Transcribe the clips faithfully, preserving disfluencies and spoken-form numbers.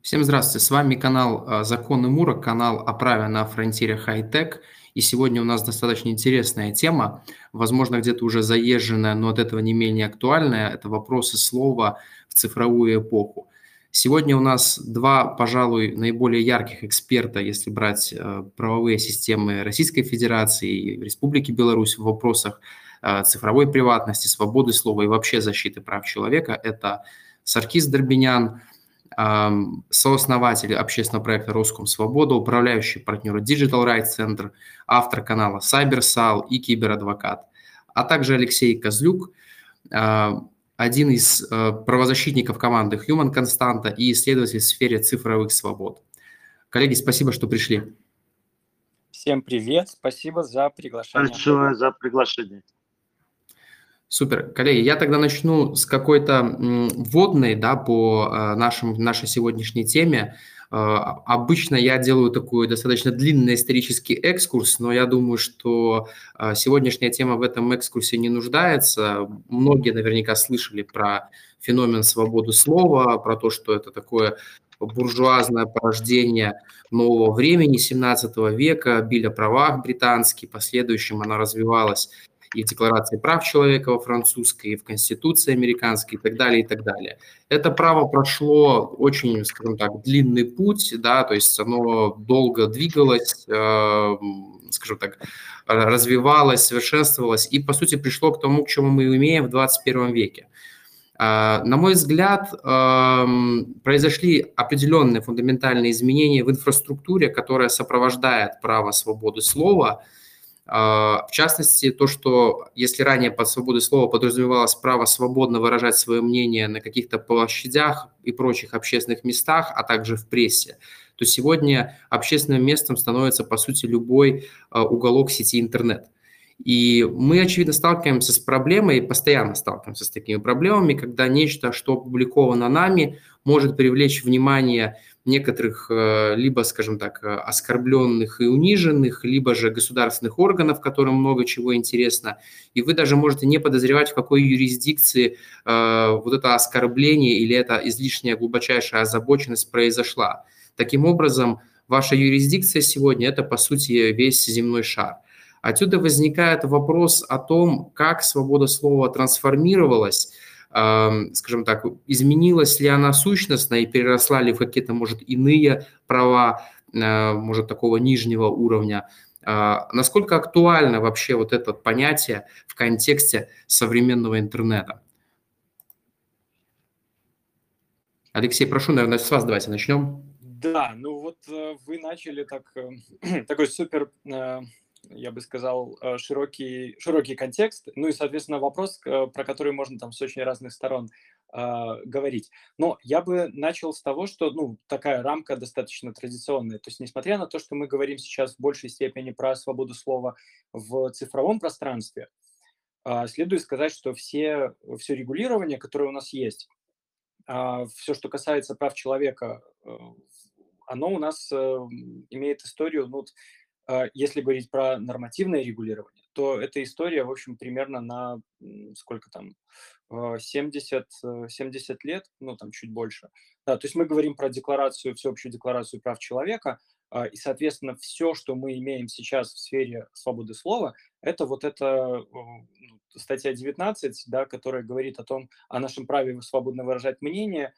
Всем здравствуйте, с вами канал а, «Законы Мура», канал о праве на фронтире хай-тек. И сегодня у нас достаточно интересная тема, возможно, где-то уже заезженная, но от этого не менее актуальная. Это вопросы слова в цифровую эпоху. Сегодня у нас два, пожалуй, наиболее ярких эксперта, если брать э, правовые системы Российской Федерации и Республики Беларусь в вопросах э, цифровой приватности, свободы слова и вообще защиты прав человека. Это Саркис Дорбинян, ам, сооснователь общественного проекта «Роскомсвобода», управляющий партнер Digital Rights Center, автор канала CyberSal и киберадвокат, а также Алексей Козлюк, а, один из э, правозащитников команды Human Constanta и исследователь в сфере цифровых свобод. Коллеги, спасибо, что пришли. Всем привет, спасибо за приглашение. Большое за приглашение. Супер. Коллеги, я тогда начну с какой-то м, вводной, да, по э, нашим, нашей сегодняшней теме. Э, обычно я делаю такой достаточно длинный исторический экскурс, но я думаю, что э, сегодняшняя тема в этом экскурсе не нуждается. Многие наверняка слышали про феномен свободы слова, про то, что это такое буржуазное порождение нового времени семнадцатого века, Биль о правах британский, в последующем она развивалась и в Декларации прав человека во французской, и в Конституции американской, и так далее, и так далее. Это право прошло очень, скажем так, длинный путь, да, то есть оно долго двигалось, э, скажем так, развивалось, совершенствовалось, и, по сути, пришло к тому, к чему мы имеем в двадцать первом веке. На мой взгляд, произошли определенные фундаментальные изменения в инфраструктуре, которая сопровождает право свободы слова. В частности, то, что если ранее под свободой слова подразумевалось право свободно выражать свое мнение на каких-то площадях и прочих общественных местах, а также в прессе, то сегодня общественным местом становится, по сути, любой уголок сети интернет. И мы, очевидно, сталкиваемся с проблемой, постоянно сталкиваемся с такими проблемами, когда нечто, что опубликовано нами, может привлечь внимание некоторых, либо, скажем так, оскорбленных и униженных, либо же государственных органов, которым много чего интересно. И вы даже можете не подозревать, в какой юрисдикции э, вот это оскорбление или эта излишняя глубочайшая озабоченность произошла. Таким образом, ваша юрисдикция сегодня – это, по сути, весь земной шар. Отсюда возникает вопрос о том, как свобода слова трансформировалась, скажем так, изменилась ли она сущностно и переросла ли в какие-то, может, иные права, может, такого нижнего уровня. Насколько актуально вообще вот это понятие в контексте современного интернета? Алексей, прошу, наверное, с вас давайте начнем. Да, ну вот вы начали так, такой супер, я бы сказал, широкий, широкий контекст, ну и, соответственно, вопрос, про который можно там с очень разных сторон э, говорить. Но я бы начал с того, что, ну, такая рамка достаточно традиционная. То есть, несмотря на то, что мы говорим сейчас в большей степени про свободу слова в цифровом пространстве, э, следует сказать, что все, все регулирование, которое у нас есть, э, все, что касается прав человека, э, оно у нас э, имеет историю, ну, если говорить про нормативное регулирование, то эта история, в общем, примерно на сколько там, семьдесят, семьдесят лет, ну, там чуть больше. Да, то есть мы говорим про декларацию, всеобщую декларацию прав человека, и, соответственно, все, что мы имеем сейчас в сфере свободы слова, это вот эта статья девятнадцать, да, которая говорит о том, о нашем праве свободно выражать мнение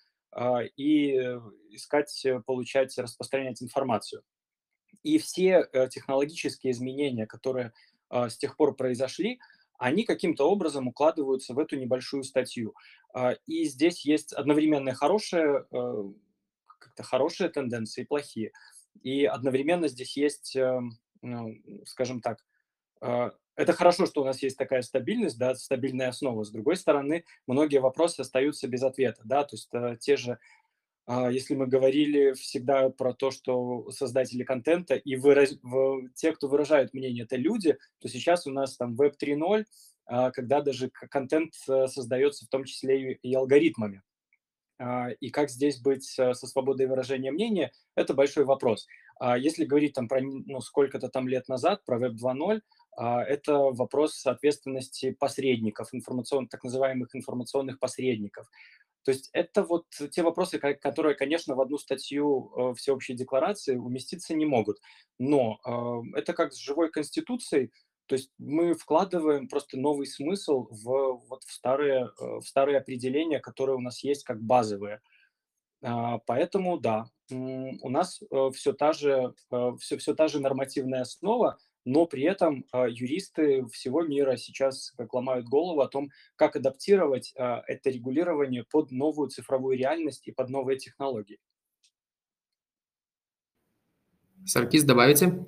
и искать, получать, распространять информацию. И все э, технологические изменения, которые э, с тех пор произошли, они каким-то образом укладываются в эту небольшую статью. Э, и здесь есть одновременно хорошие, э, как-то хорошие тенденции и плохие. И одновременно здесь есть, э, ну, скажем так, э, это хорошо, что у нас есть такая стабильность, да, стабильная основа. С другой стороны, многие вопросы остаются без ответа, да, то есть э, те же если мы говорили всегда про то, что создатели контента и выраз... в... те, кто выражают мнение, это люди, то сейчас у нас там веб три ноль, когда даже контент создается в том числе и алгоритмами. И как здесь быть со свободой выражения мнения, это большой вопрос. Если говорить там про ну, сколько-то там лет назад, про веб два ноль, это вопрос ответственности посредников, информацион... так называемых информационных посредников. То есть это вот те вопросы, ко- которые, конечно, в одну статью э, Всеобщей декларации уместиться не могут. Но э, это как с живой конституцией, то есть мы вкладываем просто новый смысл в, вот в, старые, э, в старые определения, которые у нас есть как базовые. А, Поэтому да, м, у нас все та же, все, все та же нормативная основа, но при этом а, юристы всего мира сейчас как ломают голову о том, как адаптировать а, это регулирование под новую цифровую реальность и под новые технологии. Саркис, добавите?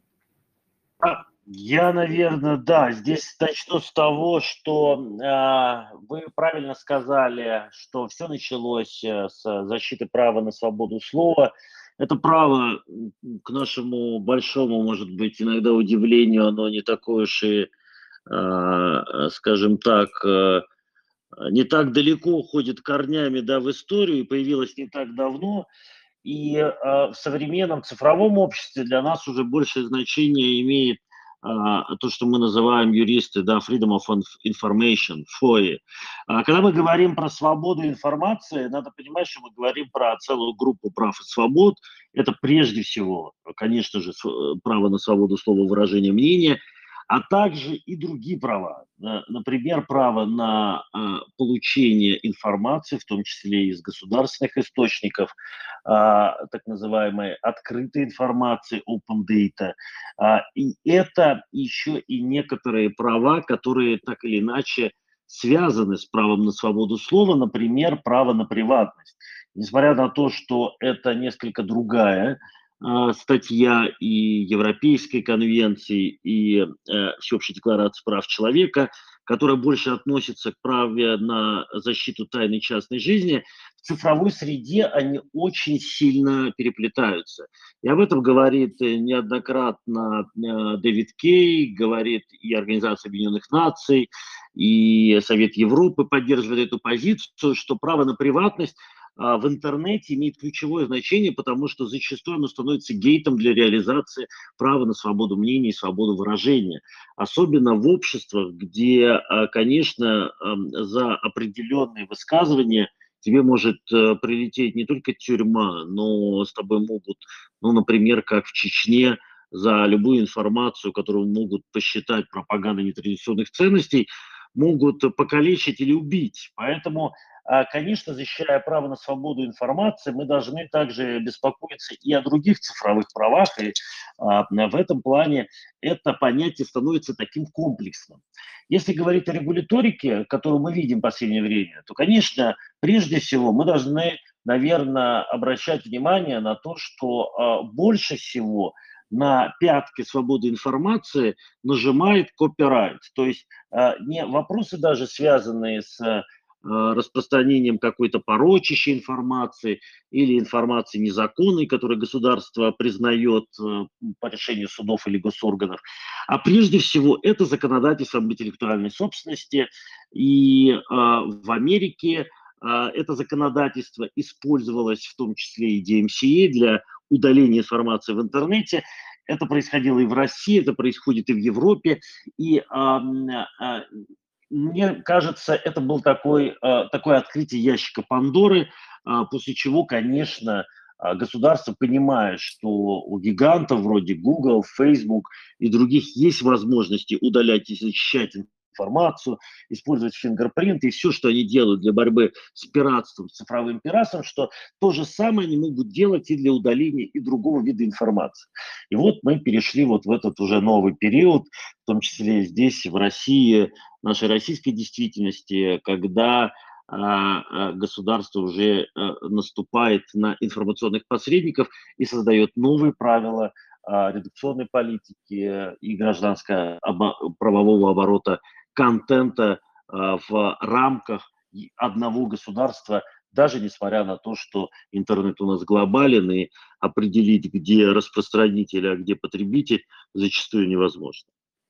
А, Я, наверное, да, здесь начну с того, что а, вы правильно сказали, что все началось э, с защиты права на свободу слова. Это право, м, к нашему большому, может быть, иногда удивлению, оно не такое уж и, а, скажем так, э, не так далеко уходит корнями, да, в историю и появилось не так давно. И а, в современном цифровом обществе для нас уже большее значение имеет а, то, что мы называем юристы, да, Freedom of Information, фои. А, когда мы говорим про свободу информации, надо понимать, что мы говорим про целую группу прав и свобод. Это прежде всего, конечно же, св- право на свободу слова, выражения мнения, а также и другие права. Да. Например, право на а, получение информации, в том числе из государственных источников, а, так называемой открытой информации, open data. А, и это еще и некоторые права, которые так или иначе связаны с правом на свободу слова, например, право на приватность. Несмотря на то, что это несколько другая а, статья и Европейской конвенции, и э, Всеобщей декларации прав человека, которая больше относится к праве на защиту тайны частной жизни, в цифровой среде они очень сильно переплетаются. И об этом говорит э, неоднократно э, Дэвид Кей, говорит и Организация Объединенных Наций, и Совет Европы поддерживает эту позицию, что право на приватность а, в интернете имеет ключевое значение, потому что зачастую оно становится гейтом для реализации права на свободу мнения и свободу выражения. Особенно в обществах, где, а, конечно, ам, за определенные высказывания тебе может э, прилететь не только тюрьма, но с тобой могут, ну, например, как в Чечне, за любую информацию, которую могут посчитать пропагандой нетрадиционных ценностей, могут покалечить или убить. Поэтому, а, конечно, защищая право на свободу информации, мы должны также беспокоиться и о других цифровых правах. И а, в этом плане это понятие становится таким комплексным. Если говорить о регуляторике, которую мы видим в последнее время, то, конечно, прежде всего мы должны, наверное, обращать внимание на то, что а, больше всего на пятки свободы информации нажимает копирайт. То есть а, не вопросы даже связанные с а, распространением какой-то порочащей информации или информации незаконной, которую государство признает э, по решению судов или госорганов. А прежде всего это законодательство об интеллектуальной собственности. И э, в Америке э, это законодательство использовалось в том числе и ди эм си эй для удаления информации в интернете. Это происходило и в России, это происходит и в Европе. И э, э, мне кажется, это был такой, э, такое открытие ящика Пандоры, э, после чего, конечно, э, государство, понимая, что у гигантов вроде Google, Facebook и других есть возможности удалять и защищать информацию, использовать фингерпринты и все, что они делают для борьбы с пиратством, с цифровым пиратством, что то же самое они могут делать и для удаления и другого вида информации. И вот мы перешли вот в этот уже новый период, в том числе здесь, в России, нашей российской действительности, когда а, а, государство уже а, наступает на информационных посредников и создает новые правила а, редакционной политики и гражданского обо- правового оборота контента а, в рамках и одного государства, даже несмотря на то, что интернет у нас глобален, и определить, где распространитель, а где потребитель, зачастую невозможно.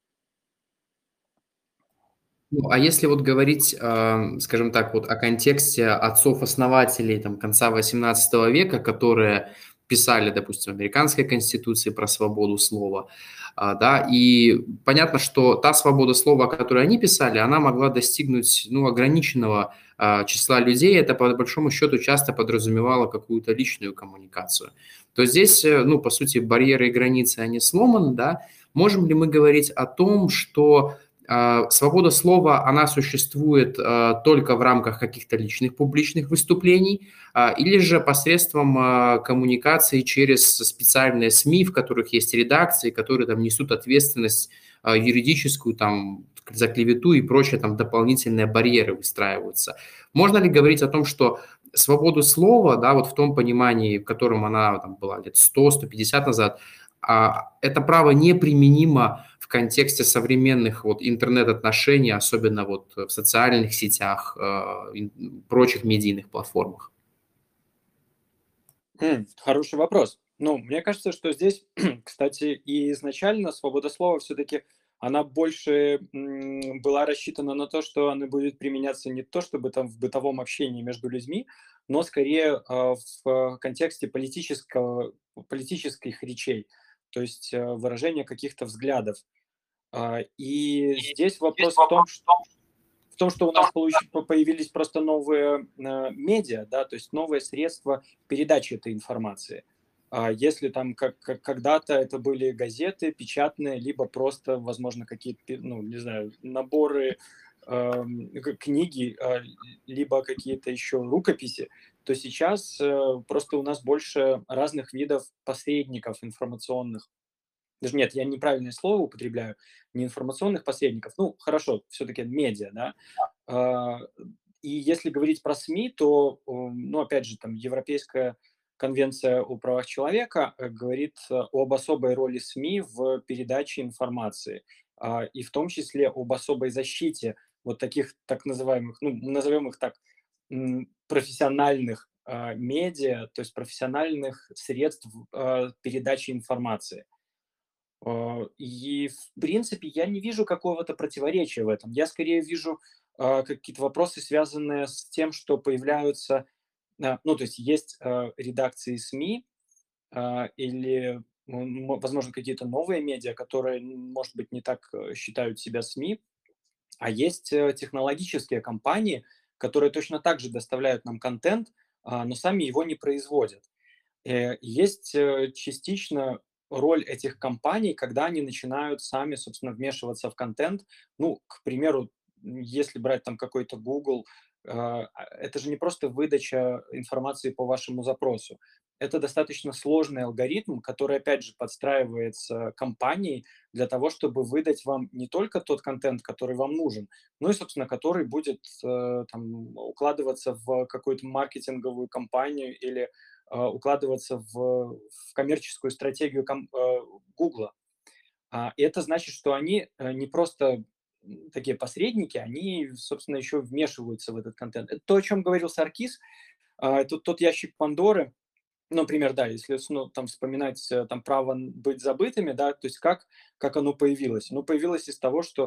Ну, а если вот говорить, а, скажем так, вот о контексте отцов-основателей там, конца восемнадцатого века, которые писали, допустим, в американской конституции про свободу слова, да, и понятно, что та свобода слова, которую они писали, она могла достигнуть, ну, ограниченного числа людей, это, по большому счету, часто подразумевало какую-то личную коммуникацию. То здесь, ну, по сути, барьеры и границы, они сломаны, да. Можем ли мы говорить о том, что э, свобода слова, она существует э, только в рамках каких-то личных публичных выступлений, э, или же посредством э, коммуникации через специальные СМИ, в которых есть редакции, которые там несут ответственность э, юридическую, там, за клевету и прочие там дополнительные барьеры выстраиваются. Можно ли говорить о том, что свободу слова, да, вот в том понимании, в котором она там была лет сто - сто пятьдесят назад, это право неприменимо в контексте современных вот интернет-отношений, особенно вот в социальных сетях, прочих медийных платформах? Mm, хороший вопрос. Ну, мне кажется, что здесь, кстати, и изначально свобода слова все-таки она больше м, была рассчитана на то, что она будет применяться не то, чтобы там в бытовом общении между людьми, но скорее э, в контексте политического, политических речей, то есть э, выражения каких-то взглядов. А, и здесь вопрос в том, что в том, что у нас получ- по- появились просто новые э, медиа, да, то есть новые средства передачи этой информации. А если там как, как когда-то это были газеты печатные, либо просто, возможно, какие-то, пи- ну, не знаю, наборы, эм, к- книги, э, либо какие-то еще рукописи, то сейчас э, просто у нас больше разных видов посредников информационных. Даже нет, я неправильное слово употребляю, не информационных посредников, ну, хорошо, все-таки медиа, да. А, И если говорить про СМИ, то, м, ну, опять же, там, Европейская конвенция о правах человека э, говорит э, об особой роли СМИ в передаче информации, а, и в том числе об особой защите вот таких так называемых, ну, назовем их так, м, профессиональных а, медиа, то есть профессиональных средств а, передачи информации. А, И, в принципе, я не вижу какого-то противоречия в этом. Я скорее вижу а, какие-то вопросы, связанные с тем, что появляются, а, ну, то есть есть а, редакции СМИ а, или, м, м, возможно, какие-то новые медиа, которые, м, может быть, не так э, считают себя СМИ, а есть э, технологические компании, которые точно так же доставляют нам контент, а, но сами его не производят. Э, есть, э, частично роль этих компаний, когда они начинают сами, собственно, вмешиваться в контент. Ну, к примеру, м, если брать там какой-то Google, а, а, это же не просто выдача информации по вашему запросу. Это достаточно сложный алгоритм, который, опять же, подстраивается компанией для того, чтобы выдать вам не только тот контент, который вам нужен, но и, собственно, который будет э, там, укладываться в какую-то маркетинговую кампанию или а, укладываться в, в коммерческую стратегию ком- э, Гугла. А, и это значит, что они э, не просто м, такие посредники, они, собственно, еще вмешиваются в этот контент. Это то, о чем говорил Саркис, а, это тот ящик Пандоры. Ну, например, да, если ну, там вспоминать э, там право н- быть забытыми, да, то есть как, как оно появилось? Оно появилось из того, что,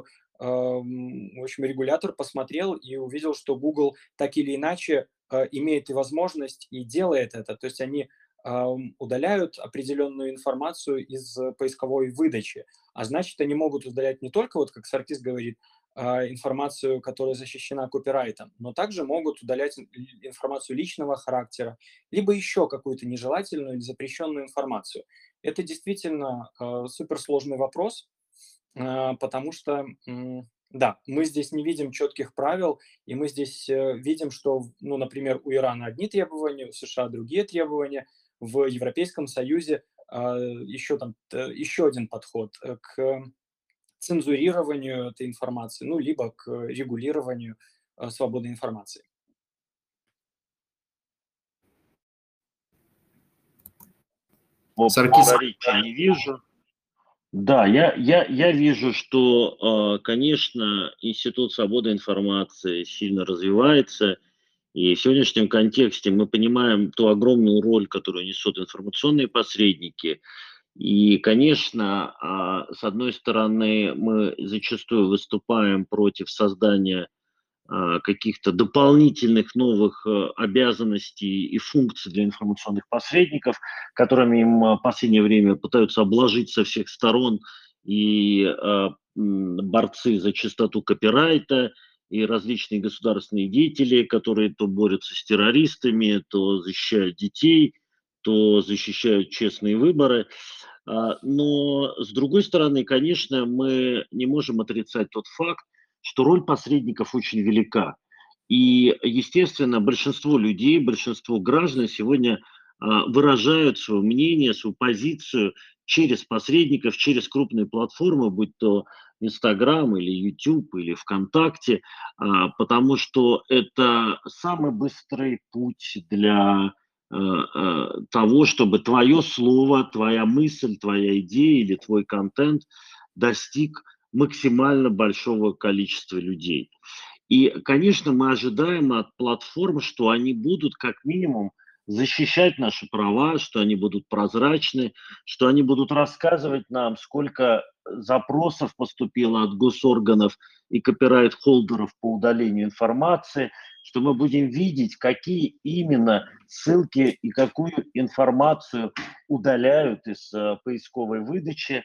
эм, в общем, регулятор посмотрел и увидел, что Google так или иначе э, имеет и возможность и делает это. То есть они ам, удаляют определенную информацию из э, поисковой выдачи, а значит, они могут удалять не только, вот как Саркис говорит, а, информацию, которая защищена копирайтом, но также могут удалять ин- информацию личного характера, либо еще какую-то нежелательную или запрещенную информацию. Это действительно э, суперсложный вопрос, э, потому что, м, да, мы здесь не видим четких правил, и мы здесь э, видим, что, ну, например, у Ирана одни требования, у США другие требования, в Европейском Союзе э, еще там т- еще один подход э, к цензурированию этой информации, ну, либо к регулированию э, свободы информации. По Саркис, противоречия не вижу. Да, я, я, я вижу, что, э, конечно, Институт свободы информации сильно развивается, и в сегодняшнем контексте мы понимаем ту огромную роль, которую несут информационные посредники. И, конечно, а, с одной стороны, мы зачастую выступаем против создания каких-то дополнительных новых обязанностей и функций для информационных посредников, которыми им в последнее время пытаются обложить со всех сторон и борцы за чистоту копирайта, и различные государственные деятели, которые то борются с террористами, то защищают детей, то защищают честные выборы. Но, с другой стороны, конечно, мы не можем отрицать тот факт, что роль посредников очень велика. И, естественно, большинство людей, большинство граждан сегодня выражают свое мнение, свою позицию через посредников, через крупные платформы, будь то Инстаграм или Ютуб или ВКонтакте, потому что это самый быстрый путь для того, чтобы твое слово, твоя мысль, твоя идея или твой контент достиг максимально большого количества людей. И, конечно, мы ожидаем от платформ, что они будут как минимум защищать наши права, что они будут прозрачны, что они будут рассказывать нам, сколько запросов поступило от госорганов и копирайт-холдеров по удалению информации, что мы будем видеть, какие именно ссылки и какую информацию удаляют из э, поисковой выдачи.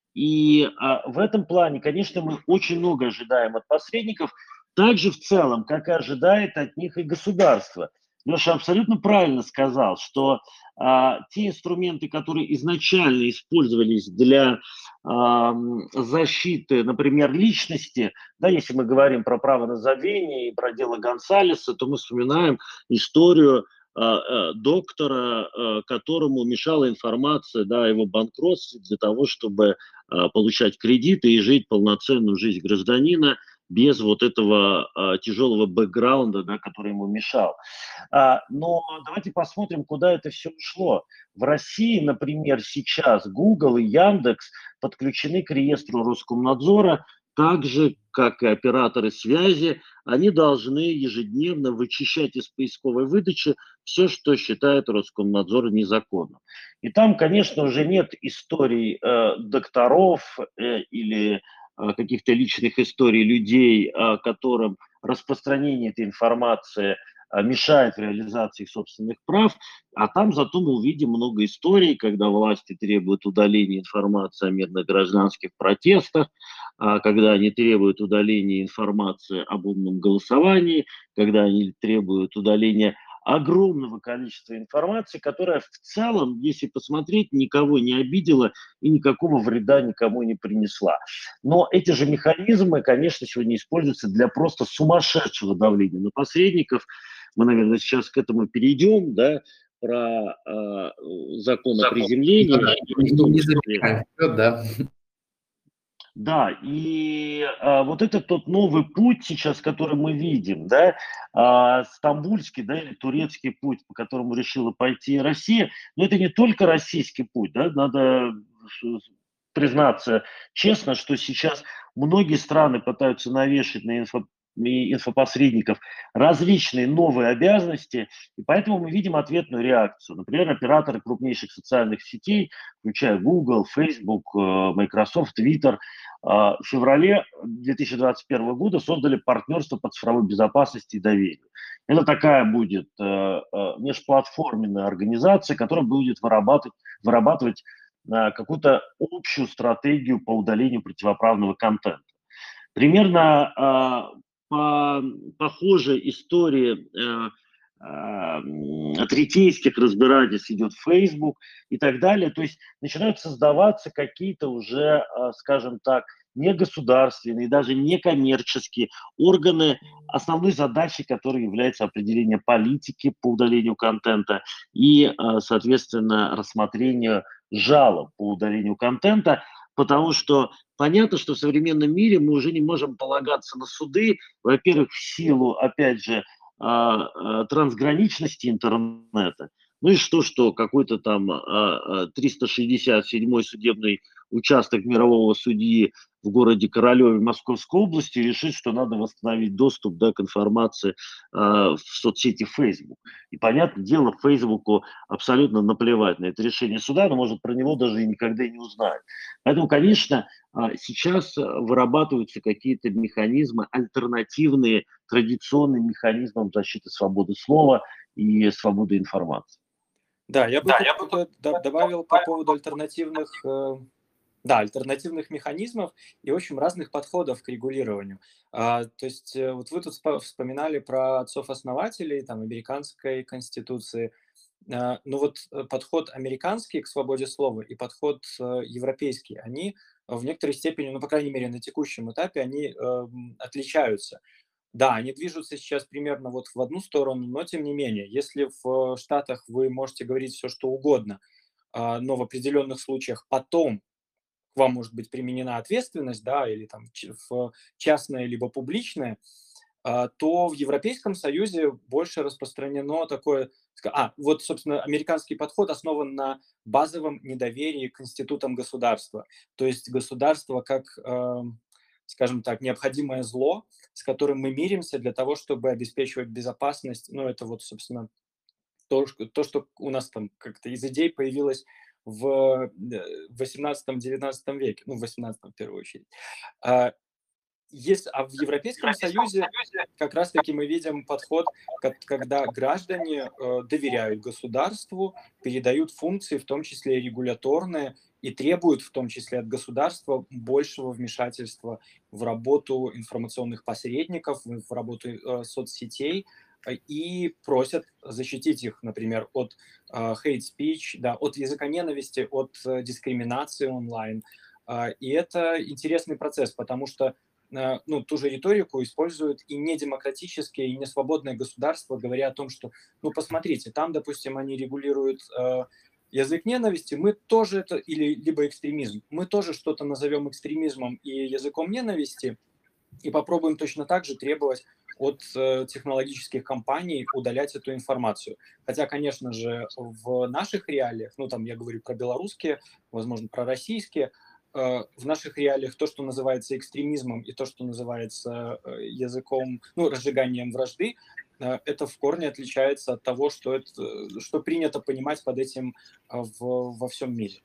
И а, в этом плане, конечно, мы очень много ожидаем от посредников, также в целом, как и ожидает от них и государство. Леша абсолютно правильно сказал, что а, те инструменты, которые изначально использовались для а, защиты, например, личности, да, если мы говорим про право на забвение и про дело Гонсалеса, то мы вспоминаем историю а, а, доктора, а, которому мешала информация, да, о его банкротстве для того, чтобы а, получать кредиты и жить полноценную жизнь гражданина без вот этого а, тяжелого бэкграунда, да, который ему мешал. А, но давайте посмотрим, куда это все ушло. В России, например, сейчас Google и Яндекс подключены к реестру Роскомнадзора, так же, как и операторы связи, они должны ежедневно вычищать из поисковой выдачи все, что считает Роскомнадзор незаконным. И там, конечно, уже нет историй э, докторов э, или каких-то личных историй людей, которым распространение этой информации мешает в реализации их собственных прав, а там зато мы увидим много историй, когда власти требуют удаления информации о мирных гражданских протестах, когда они требуют удаления информации об умном голосовании, когда они требуют удаления огромного количества информации, которая в целом, если посмотреть, никого не обидела и никакого вреда никому не принесла. Но эти же механизмы, конечно, сегодня используются для просто сумасшедшего давления на посредников. Мы, наверное, сейчас к этому перейдем, да, про э, закон о приземлении. Да, не, не забегаем вперед, да. Да, и а, вот это тот новый путь сейчас, который мы видим, да, а, стамбульский, да, или турецкий путь, по которому решила пойти Россия, но это не только российский путь, да, надо признаться честно, что сейчас многие страны пытаются навешать на инфо, инфопосредников различные новые обязанности, и поэтому мы видим ответную реакцию. Например, операторы крупнейших социальных сетей, включая Google, Facebook, Microsoft, Twitter, в феврале две тысячи двадцать первого года создали партнерство по цифровой безопасности и доверию. Это такая будет межплатформенная организация, которая будет вырабатывать, вырабатывать какую-то общую стратегию по удалению противоправного контента. Примерно по похожей истории третейских разбирательств идет Facebook и так далее. То есть начинают создаваться какие-то уже, скажем так, негосударственные, даже некоммерческие органы, основной задачей которой является определение политики по удалению контента и, соответственно, рассмотрение жалоб по удалению контента, потому что понятно, что в современном мире мы уже не можем полагаться на суды, во-первых, в силу, опять же, трансграничности интернета, Ну и что, что какой-то там триста шестьдесят седьмой судебный участок мирового судьи в городе Королеве Московской области решит, что надо восстановить доступ, да, к информации э, в соцсети Facebook. И, понятное дело, Фейсбуку абсолютно наплевать на это решение суда, но, может, про него даже и никогда и не узнает. Поэтому, конечно, сейчас вырабатываются какие-то механизмы, альтернативные традиционным механизмам защиты свободы слова и свободы информации. Да, я бы да, я бы добавил по поводу альтернативных, да, альтернативных механизмов и очень разных подходов к регулированию. А, то есть вот вы тут вспоминали про отцов-основателей, там, американской конституции. А, ну вот подход американский к свободе слова и подход европейский, они в некоторой степени, ну, по крайней мере, на текущем этапе, они э, отличаются. Да, они движутся сейчас примерно вот в одну сторону, но тем не менее, если в Штатах вы можете говорить все, что угодно, но в определенных случаях потом к вам может быть применена ответственность, да, или там в частное либо публичное, то в Европейском Союзе больше распространено такое... А, вот, собственно, американский подход основан на базовом недоверии к институтам государства. То есть государство как... скажем так, необходимое зло, с которым мы миримся для того, чтобы обеспечивать безопасность. Ну, это вот, собственно, то, то что у нас там как-то из идей появилось в восемнадцатом-девятнадцатом веке, ну, в восемнадцатом в первую очередь. Есть, а в Европейском Союзе как раз-таки мы видим подход, когда граждане доверяют государству, передают функции, в том числе регуляторные, и требуют в том числе от государства большего вмешательства в работу информационных посредников, в работу э, соцсетей, и просят защитить их, например, от э, hate speech, да, от языка ненависти, от э, дискриминации онлайн. Э, и это интересный процесс, потому что э, ну, ту же риторику используют и недемократические, и несвободные государства, говоря о том, что, ну, посмотрите, там, допустим, они регулируют... Э, язык ненависти, мы тоже это, или либо экстремизм, мы тоже что-то назовем экстремизмом и языком ненависти, и попробуем точно так же требовать от э, технологических компаний удалять эту информацию. Хотя, конечно же, в наших реалиях, ну там я говорю про белорусские, возможно, про российские, э, в наших реалиях то, что называется экстремизмом, и то, что называется э, языком, ну, разжиганием вражды, это в корне отличается от того, что, это, что принято понимать под этим в, во всем мире.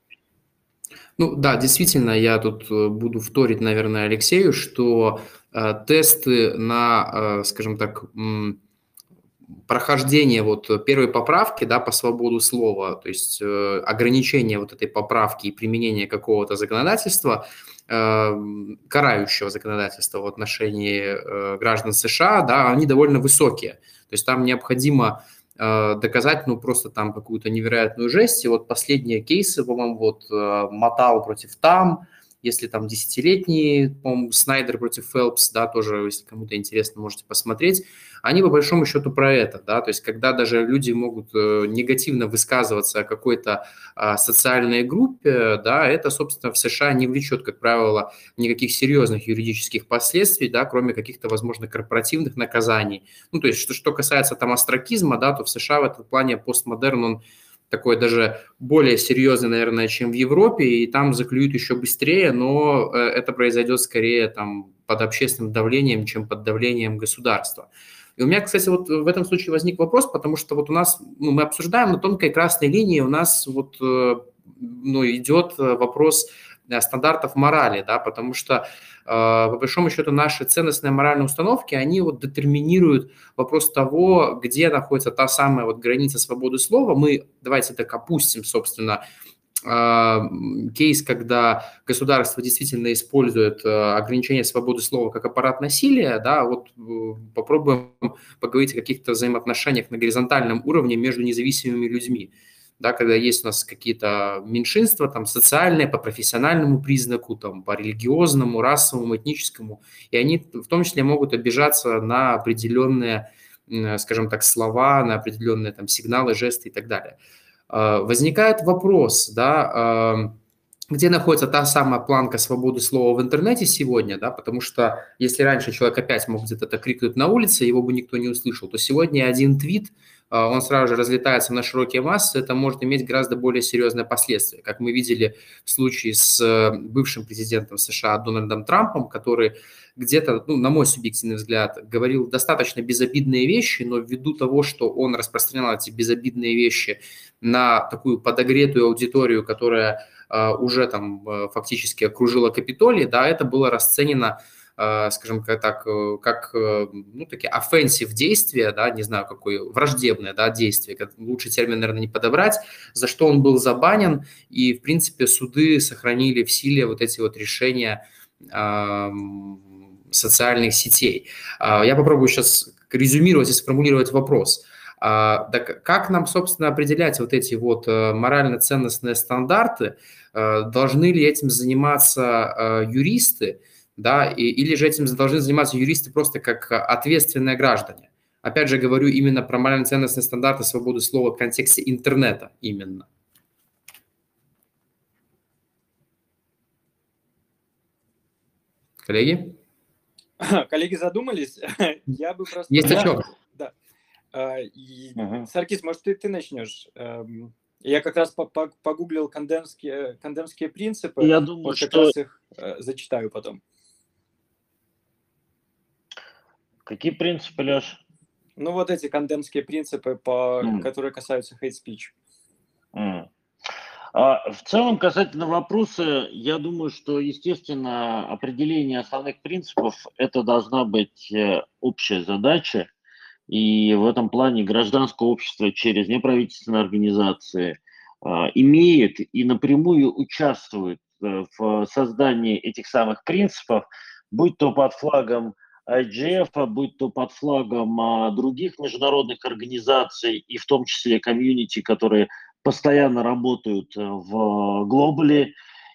Ну да, действительно, я тут буду вторить, наверное, Алексею, что э, тесты на, э, скажем так, м, прохождение вот первой поправки, да, по свободу слова, то есть э, ограничение вот этой поправки и применение какого-то законодательства, э, карающего законодательства в отношении э, граждан США, да, они довольно высокие. То есть там необходимо э, доказать, ну, просто там какую-то невероятную жесть. И вот последние кейсы, по-моему, вот э, Мотау против Там, если там десятилетний, по-моему, Снайдер против Фелпс, да, тоже, если кому-то интересно, можете посмотреть, они по большому счету про это, да, то есть когда даже люди могут э, негативно высказываться о какой-то э, социальной группе, да, это, собственно, в США не влечет, как правило, никаких серьезных юридических последствий, да, кроме каких-то, возможно, корпоративных наказаний. Ну, то есть что, что касается там остракизма, да, то в США в этом плане постмодерн, он такой даже более серьезный, наверное, чем в Европе, и там заклюют еще быстрее, но это произойдет скорее там под общественным давлением, чем под давлением государства. И у меня, кстати, вот в этом случае возник вопрос, потому что вот у нас, ну, мы обсуждаем на тонкой красной линии, у нас вот, ну, идет вопрос стандартов морали, да, потому что, по большому счету, наши ценностные моральные установки, они вот детерминируют вопрос того, где находится та самая вот граница свободы слова. Мы, давайте так опустим, собственно, кейс, когда государство действительно использует ограничение свободы слова как аппарат насилия, да, вот попробуем поговорить о каких-то взаимоотношениях на горизонтальном уровне между независимыми людьми. Да, когда есть у нас какие-то меньшинства, там, социальные, по профессиональному признаку, там, по религиозному, расовому, этническому, и они в том числе могут обижаться на определенные, скажем так, слова, на определенные там сигналы, жесты и так далее. Возникает вопрос, да, где находится та самая планка свободы слова в интернете сегодня, да, потому что если раньше человек опять мог где-то крикнуть на улице, его бы никто не услышал, то сегодня один твит он сразу же разлетается на широкие массы, это может иметь гораздо более серьезные последствия. Как мы видели в случае с бывшим президентом США Дональдом Трампом, который где-то, ну, на мой субъективный взгляд, говорил достаточно безобидные вещи, но ввиду того, что он распространял эти безобидные вещи на такую подогретую аудиторию, которая uh, уже там uh, фактически окружила Капитолий, да, это было расценено, uh, скажем так, как, ну, такие offensive действия, да, не знаю, какое, враждебное, да, действие, лучше термин, наверное, не подобрать, за что он был забанен, и, в принципе, суды сохранили в силе вот эти вот решения uh, социальных сетей. Я попробую сейчас резюмировать и сформулировать вопрос. Как нам, собственно, определять вот эти вот морально-ценностные стандарты? Должны ли этим заниматься юристы, да, или же этим должны заниматься юристы просто как ответственные граждане? Опять же, говорю именно про морально-ценностные стандарты свободы слова в контексте интернета именно. Коллеги? Коллеги задумались? Я бы просто... Есть о чем. Да. И... Uh-huh. Саркис, может, ты, ты начнешь? Я как раз погуглил кандемские, кандемские принципы. Я думаю, вот как что... раз их зачитаю потом. Какие принципы, Леш? Ну, вот эти кандемские принципы, по... mm. которые касаются hate speech. Mm. А в целом, касательно вопроса, я думаю, что, естественно, определение основных принципов – это должна быть общая задача. И в этом плане гражданское общество через неправительственные организации а, имеет и напрямую участвует в создании этих самых принципов, будь то под флагом ай джи эф, будь то под флагом а, других международных организаций, и в том числе комьюнити, которые постоянно работают в глобале.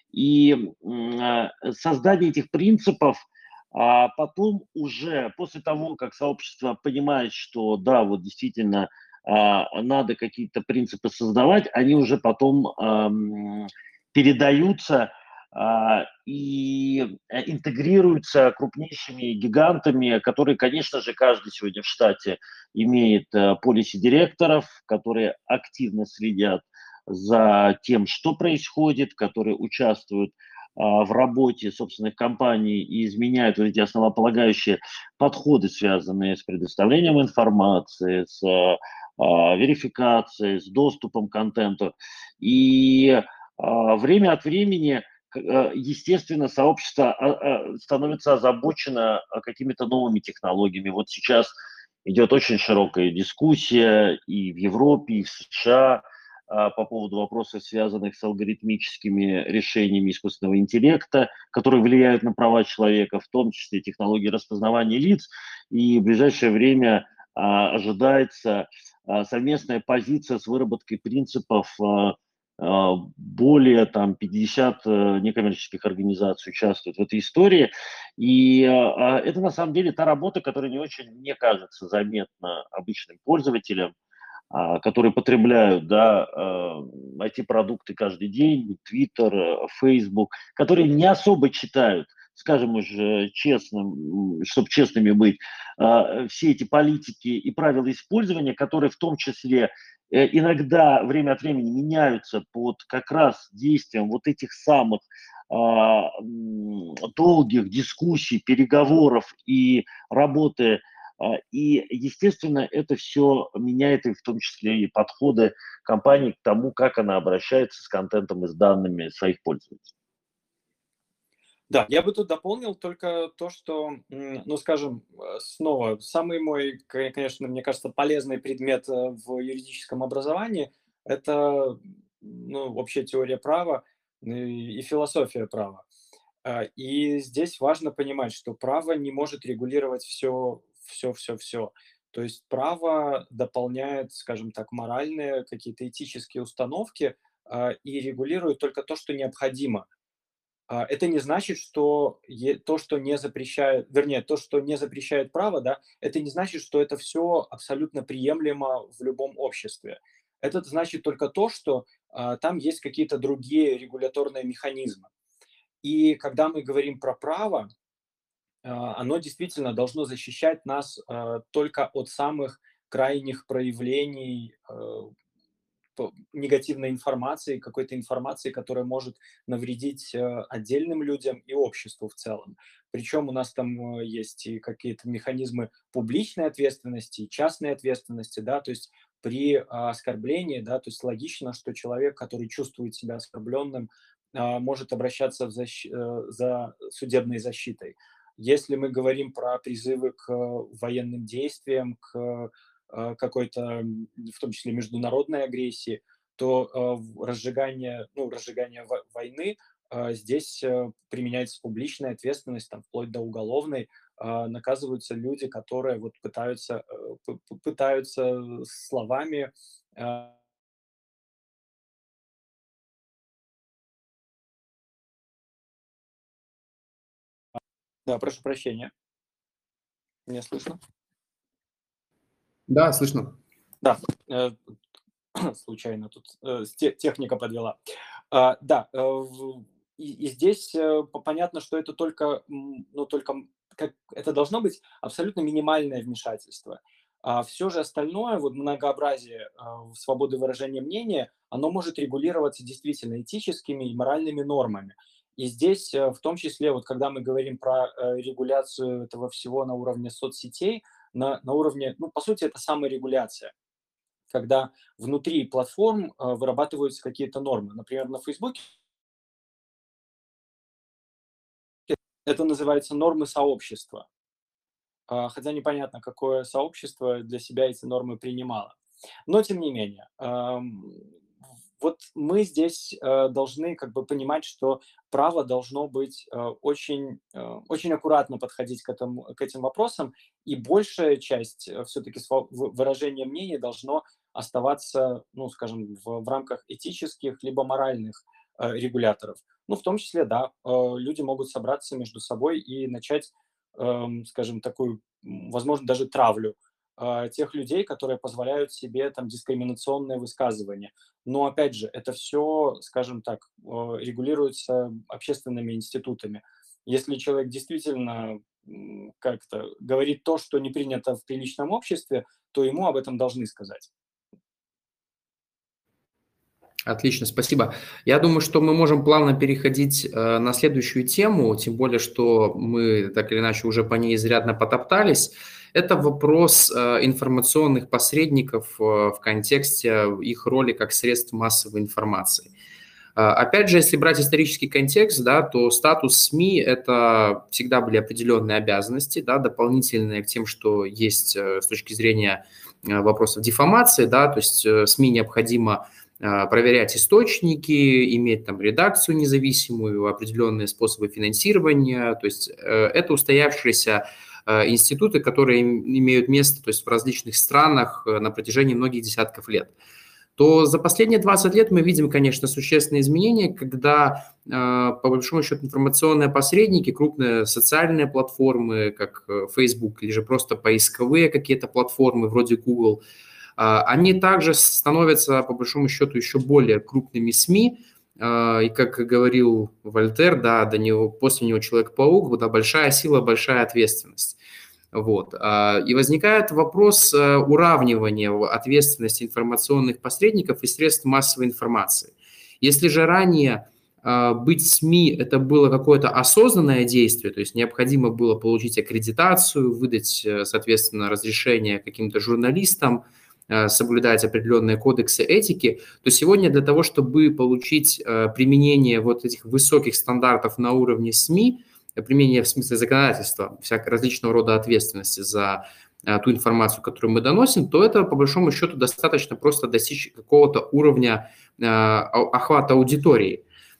И а, создание этих принципов, а потом уже, после того, как сообщество понимает, что да, вот действительно а, надо какие-то принципы создавать, они уже потом а, передаются а, и интегрируются крупнейшими гигантами, которые, конечно же, каждый сегодня в штате имеет полиси-директоров, которые активно следят за тем, что происходит, которые участвуют в работе собственных компаний и изменяют вот эти основополагающие подходы, связанные с предоставлением информации, с а, верификацией, с доступом к контенту. И а, время от времени, естественно, сообщество а, становится озабочено какими-то новыми технологиями. Вот сейчас идет очень широкая дискуссия и в Европе, и в США по поводу вопросов, связанных с алгоритмическими решениями искусственного интеллекта, которые влияют на права человека, в том числе технологии распознавания лиц. И в ближайшее время а, ожидается а, совместная позиция с выработкой принципов. А, а, более там, пятьдесят а, некоммерческих организаций участвуют в этой истории. И а, это на самом деле та работа, которая не очень, мне кажется, заметна обычным пользователям, которые потребляют, да, ай ти-продукты каждый день, Twitter, Facebook, которые не особо читают, скажем уже честным, чтобы честными быть, все эти политики и правила использования, которые в том числе иногда время от времени меняются под как раз действием вот этих самых долгих дискуссий, переговоров и работы. И, естественно, это все меняет и в том числе и подходы компании к тому, как она обращается с контентом и с данными своих пользователей. Да, я бы тут дополнил только то, что, ну, скажем, снова, самый мой, конечно, мне кажется, полезный предмет в юридическом образовании – это, ну, вообще теория права и философия права. И здесь важно понимать, что право не может регулировать все, все, все, все. То есть право дополняет, скажем так, моральные какие-то этические установки и регулирует только то, что необходимо. Это не значит, что то, что не запрещает, вернее, то, что не запрещает право, да, это не значит, что это все абсолютно приемлемо в любом обществе. Это значит только то, что а, там есть какие-то другие регуляторные механизмы. И когда мы говорим про право, а, оно действительно должно защищать нас а, только от самых крайних проявлений негативной информации, какой-то информации, которая может навредить отдельным людям и обществу в целом. Причем у нас там есть и какие-то механизмы публичной ответственности, и частной ответственности, да, то есть при оскорблении, да, то есть логично, что человек, который чувствует себя оскорбленным, может обращаться в защ... за судебной защитой. Если мы говорим про призывы к военным действиям, к какой-то, в том числе, международной агрессии, то разжигание, ну, разжигание войны здесь применяется публичная ответственность, там, вплоть до уголовной, наказываются люди, которые вот пытаются, пытаются словами Да, прошу прощения. Меня слышно? Да, слышно. Да, э, случайно тут э, техника подвела. А, да, э, и, и здесь э, понятно, что это только, ну, только как, это должно быть абсолютно минимальное вмешательство. А все же остальное, вот многообразие э, свободы выражения мнения, оно может регулироваться действительно этическими и моральными нормами. И здесь, э, в том числе, вот когда мы говорим про э, регуляцию этого всего на уровне соцсетей, на, на уровне, ну, по сути, это саморегуляция, когда внутри платформ э, вырабатываются какие-то нормы. Например, на Фейсбуке это называется нормы сообщества, э, хотя непонятно, какое сообщество для себя эти нормы принимало. Но, тем не менее, э, вот мы здесь э, должны как бы понимать, что право должно быть э, очень, э, очень аккуратно подходить к, этому, к этим вопросам, и большая часть э, все-таки выражения мнений должно оставаться, ну, скажем, в, в рамках этических либо моральных э, регуляторов. Ну, в том числе, да, э, люди могут собраться между собой и начать, э, скажем, такую, возможно, даже травлю тех людей, которые позволяют себе там дискриминационные высказывания. Но, опять же, это все, скажем так, регулируется общественными институтами. Если человек действительно как-то говорит то, что не принято в приличном обществе, то ему об этом должны сказать. Отлично, спасибо. Я думаю, что мы можем плавно переходить э, на следующую тему, тем более, что мы так или иначе уже по ней изрядно потоптались. Это вопрос э, информационных посредников э, в контексте их роли как средств массовой информации. Э, опять же, если брать исторический контекст, да, то статус СМИ – это всегда были определенные обязанности, да, дополнительные к тем, что есть э, с точки зрения э, вопросов дефамации, да, то есть э, СМИ необходимо проверять источники, иметь там редакцию независимую, определенные способы финансирования. То есть это устоявшиеся институты, которые имеют место, то есть в различных странах на протяжении многих десятков лет. То за последние двадцать лет мы видим, конечно, существенные изменения, когда, по большому счету, информационные посредники, крупные социальные платформы, как Facebook, или же просто поисковые какие-то платформы вроде Google, они также становятся, по большому счету, еще более крупными СМИ. И, как говорил Вольтер, да, до него, после него Человек-паук, да, большая сила, большая ответственность. Вот. И возникает вопрос уравнивания ответственности информационных посредников и средств массовой информации. Если же ранее быть СМИ – это было какое-то осознанное действие, то есть необходимо было получить аккредитацию, выдать, соответственно, разрешение каким-то журналистам, соблюдать определенные кодексы этики, то сегодня для того, чтобы получить применение вот этих высоких стандартов на уровне СМИ, применение в смысле законодательства, всякого различного рода ответственности за ту информацию, которую мы доносим, то это, по большому счету, достаточно просто достичь какого-то уровня охвата аудитории,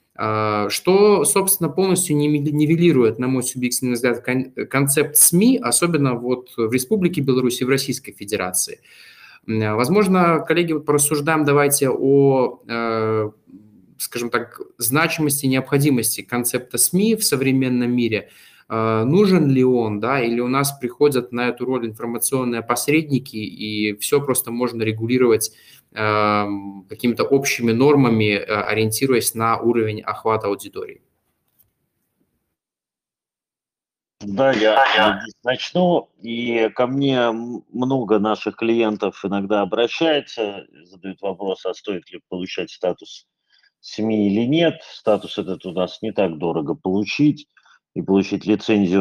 что, собственно, полностью нивелирует, на мой субъективный взгляд, концепт СМИ, особенно вот в Республике Беларусь и в Российской Федерации. Возможно, коллеги, вот порассуждаем давайте о, э, скажем так, значимости и необходимости концепта СМИ в современном мире. Э, нужен ли он, да, или у нас приходят на эту роль информационные посредники, и все просто можно регулировать э, какими-то общими нормами, э, ориентируясь на уровень охвата аудитории? Да, я я здесь начну. И ко мне м много наших клиентов иногда обращается, задают вопрос, а стоит ли получать статус СМИ или нет. Статус этот у нас не так дорого получить, и получить лицензию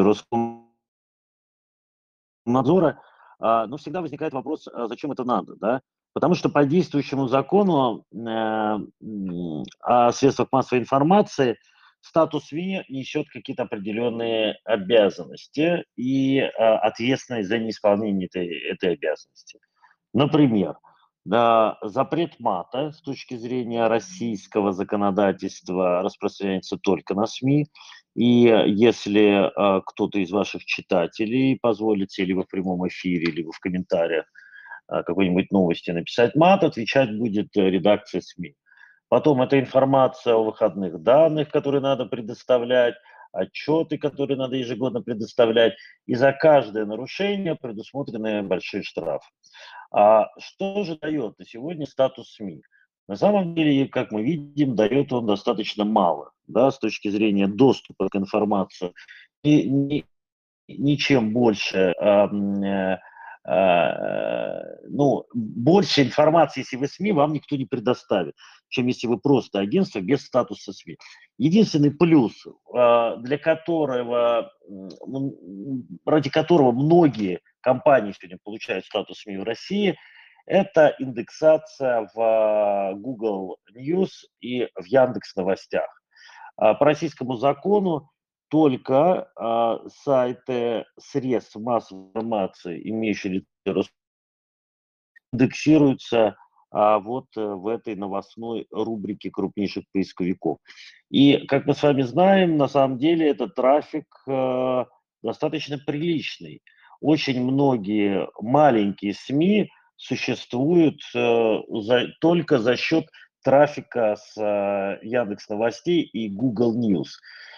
Роскомнадзора. А, но всегда возникает вопрос, а зачем это надо, да? Потому что по действующему закону, э, м, о средствах массовой информации статус СМИ несет какие-то определенные обязанности и, а, ответственность за неисполнение этой этой обязанности. Например, да, запрет мата с точки зрения российского законодательства распространяется только на СМИ. И если, а, кто-то из ваших читателей позволит се либо в прямом эфире, либо в комментариях, а, какой-нибудь новости написать мат, отвечать будет, э, редакция СМИ. Потом это информация о выходных данных, которые надо предоставлять, отчеты, которые надо ежегодно предоставлять. И за каждое нарушение предусмотрены большие штрафы. А что же дает на сегодня статус СМИ? На самом деле, как мы видим, дает он достаточно мало, да, с точки зрения доступа к информации. И ни ничем больше, ам, э, а, ну, больше информации, если вы СМИ, вам никто не предоставит, чем если вы просто агентство без статуса СМИ. Единственный плюс, а, для которого, м, м, ради которого многие компании сегодня получают статус СМИ в России, это индексация в а, Google News и в Яндекс Новостях. А, по российскому закону только, а, сайты средств массовой информации, имеющие лицензию, индексируются, а, вот, э, в этой новостной рубрике крупнейших поисковиков. И, как мы с вами знаем, на самом деле этот трафик, э, достаточно приличный. Очень многие маленькие СМИ существуют, э, за только за счет трафика с, э, Яндекс Новостей и Google News.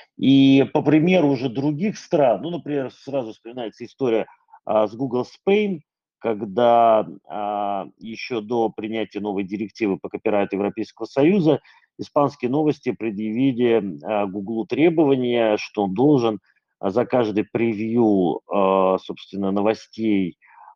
И по примеру уже других стран, ну, например, сразу вспоминается история, а, с Google Spain, когда, а, еще до принятия новой директивы по копирайту Европейского Союза испанские новости предъявили, а, Гуглу требования, что он должен, а, за каждый превью, а, собственно, новостей,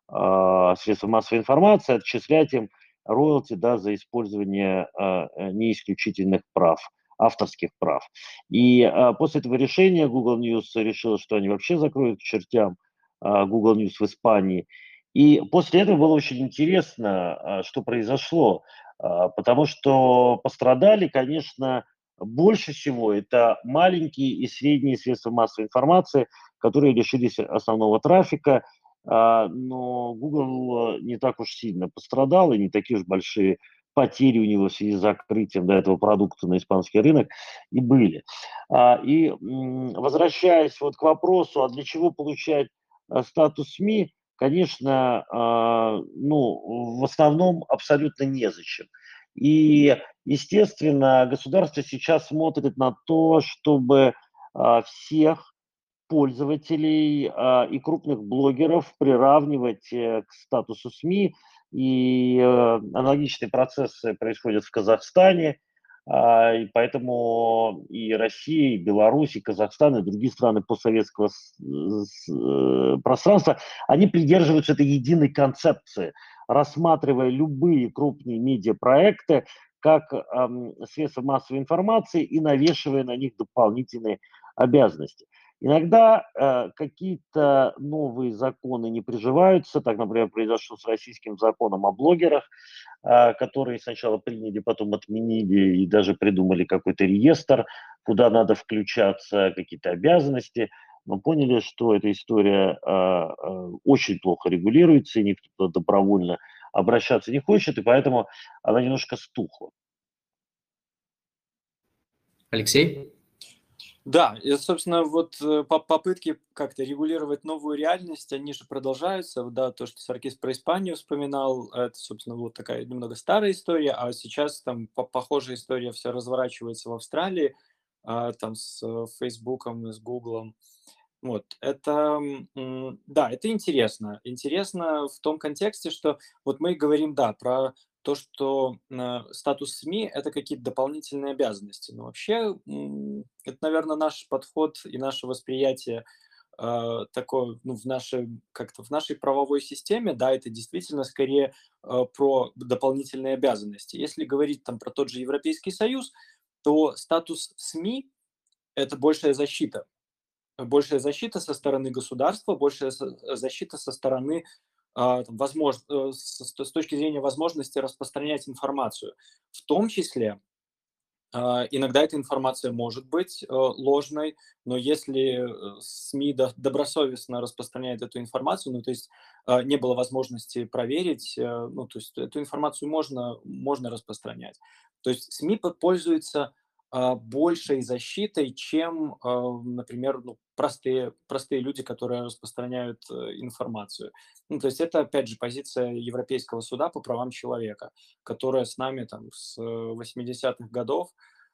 а, средств массовой информации отчислять им роялти, да, за использование, а, э, неисключительных прав, авторских прав. И, а, после этого решения Google News решил, что они вообще закроют к чертям, а, Google News в Испании. И после этого было очень интересно, а, что произошло, а, потому что пострадали, конечно, больше всего это маленькие и средние средства массовой информации, которые лишились основного трафика, а, но Google не так уж сильно пострадал, и не такие уж большие потери у него в связи с закрытием, да, этого продукта на испанский рынок и были. А, и, м, возвращаясь вот к вопросу, а для чего получать, а, статус СМИ, конечно, а, ну, в основном абсолютно незачем. И, естественно, государство сейчас смотрит на то, чтобы, а, всех пользователей, а, и крупных блогеров приравнивать, э, к статусу СМИ. И, э, аналогичные процессы происходят в Казахстане. А, и поэтому и Россия, и Беларусь, и Казахстан, и другие страны постсоветского с с э, пространства, они придерживаются этой единой концепции, рассматривая любые крупные медиапроекты как, ам, средства массовой информации и навешивая на них дополнительные обязанности. Иногда, э, какие-то новые законы не приживаются. Так, например, произошло с российским законом о блогерах, а, которые сначала приняли, потом отменили и даже придумали какой-то реестр, куда надо включаться, какие-то обязанности. Но поняли, что эта история, а, а, очень плохо регулируется, и никто туда добровольно обращаться не хочет, и поэтому она немножко стухла. Алексей? Да, и, собственно, вот э, по попытки как-то регулировать новую реальность, они же продолжаются. Вот, да, то, что Саркис про Испанию вспоминал, это, собственно, вот такая немного старая история, а сейчас там по- похожая история все разворачивается в Австралии, а, там с э, Фейсбуком и с Гуглом. Вот, это, м, да, это интересно. Интересно в том контексте, что вот мы говорим, да, про то, что э, статус СМИ– это какие-то дополнительные обязанности. Но вообще м, это, наверное, наш подход и наше восприятие э, такое, ну, в нашей, как-то в нашей правовой системе, да, это действительно скорее э, про дополнительные обязанности. Если говорить там про тот же Европейский Союз, то статус СМИ– это большая защита. Большая защита со стороны государства, большая со- защита со стороны а, там, возмож- э, с, с точки зрения возможности распространять информацию. В том числе а, иногда эта информация может быть э, ложной, но если э, СМИ до- добросовестно распространяет эту информацию, ну, то есть а, не было возможности проверить, э, ну, то есть эту информацию можно, можно распространять. То есть СМИ под- пользуются а, большей защитой, чем, а, например, ну, простые, простые люди, которые распространяют э, информацию. Ну, то есть это, опять же, позиция Европейского суда по правам человека, которая с нами там с э, восьмидесятых годов.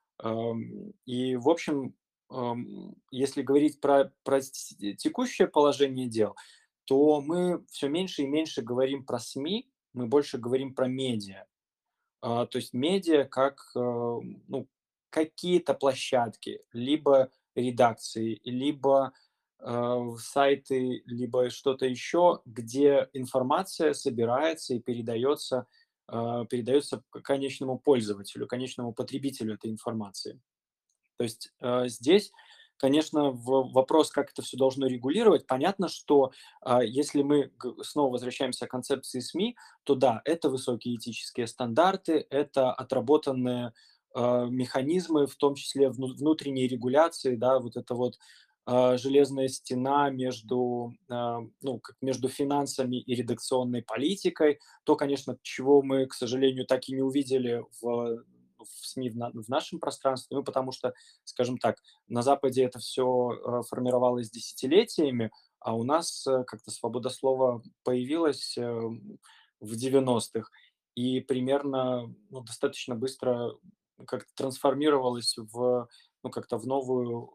Ам, И, в общем, ам, если говорить про, про с- текущее положение дел, то мы все меньше и меньше говорим про СМИ, мы больше говорим про медиа. А, То есть медиа как э, ну, какие-то площадки, либо редакции, либо э, сайты, либо что-то еще, где информация собирается и передается, э, передается к конечному пользователю, конечному потребителю этой информации. То есть э, здесь, конечно, в вопрос, как это все должно регулировать, понятно, что а, если мы г- снова возвращаемся к концепции СМИ, то да, это высокие этические стандарты, это отработанные а, механизмы, в том числе вну- внутренней регуляции, да, вот это вот а, железная стена между, а, ну, как между финансами и редакционной политикой, то, конечно, чего мы, к сожалению, так и не увидели в в СМИ в, на- в нашем пространстве, ну, потому что, скажем так, на Западе это все формировалось десятилетиями, а у нас э, как-то свобода слова появилась э, в девяностых и примерно ну, достаточно быстро как-то трансформировалась в, ну, как-то в новую,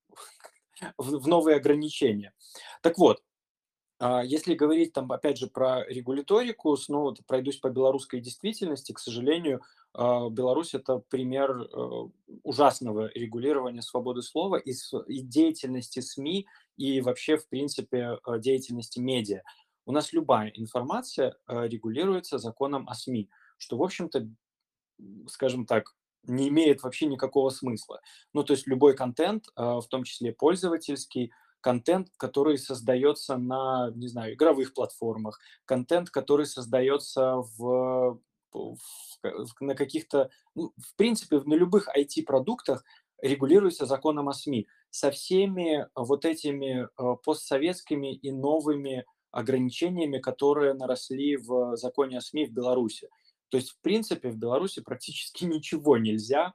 в, в новые ограничения. Так вот, а, если говорить там, опять же, про регуляторику, снова вот пройдусь по белорусской действительности. К сожалению, а, Беларусь– это пример э, ужасного регулирования свободы слова и, с- и деятельности СМИ, и вообще, в принципе, э, деятельности медиа. У нас любая информация э, регулируется законом о СМИ, что, в общем-то, м, скажем так, не имеет вообще никакого смысла. Ну, то есть любой контент, а, в том числе пользовательский, контент, который создается на, не знаю, игровых платформах, контент, который создается в, в- в- на каких-то, ну, в принципе, на любых ай ти-продуктах регулируется законом о СМИ со всеми вот этими а, постсоветскими и новыми ограничениями, которые наросли в законе о СМИ в Беларуси. То есть, в принципе, в Беларуси практически ничего нельзя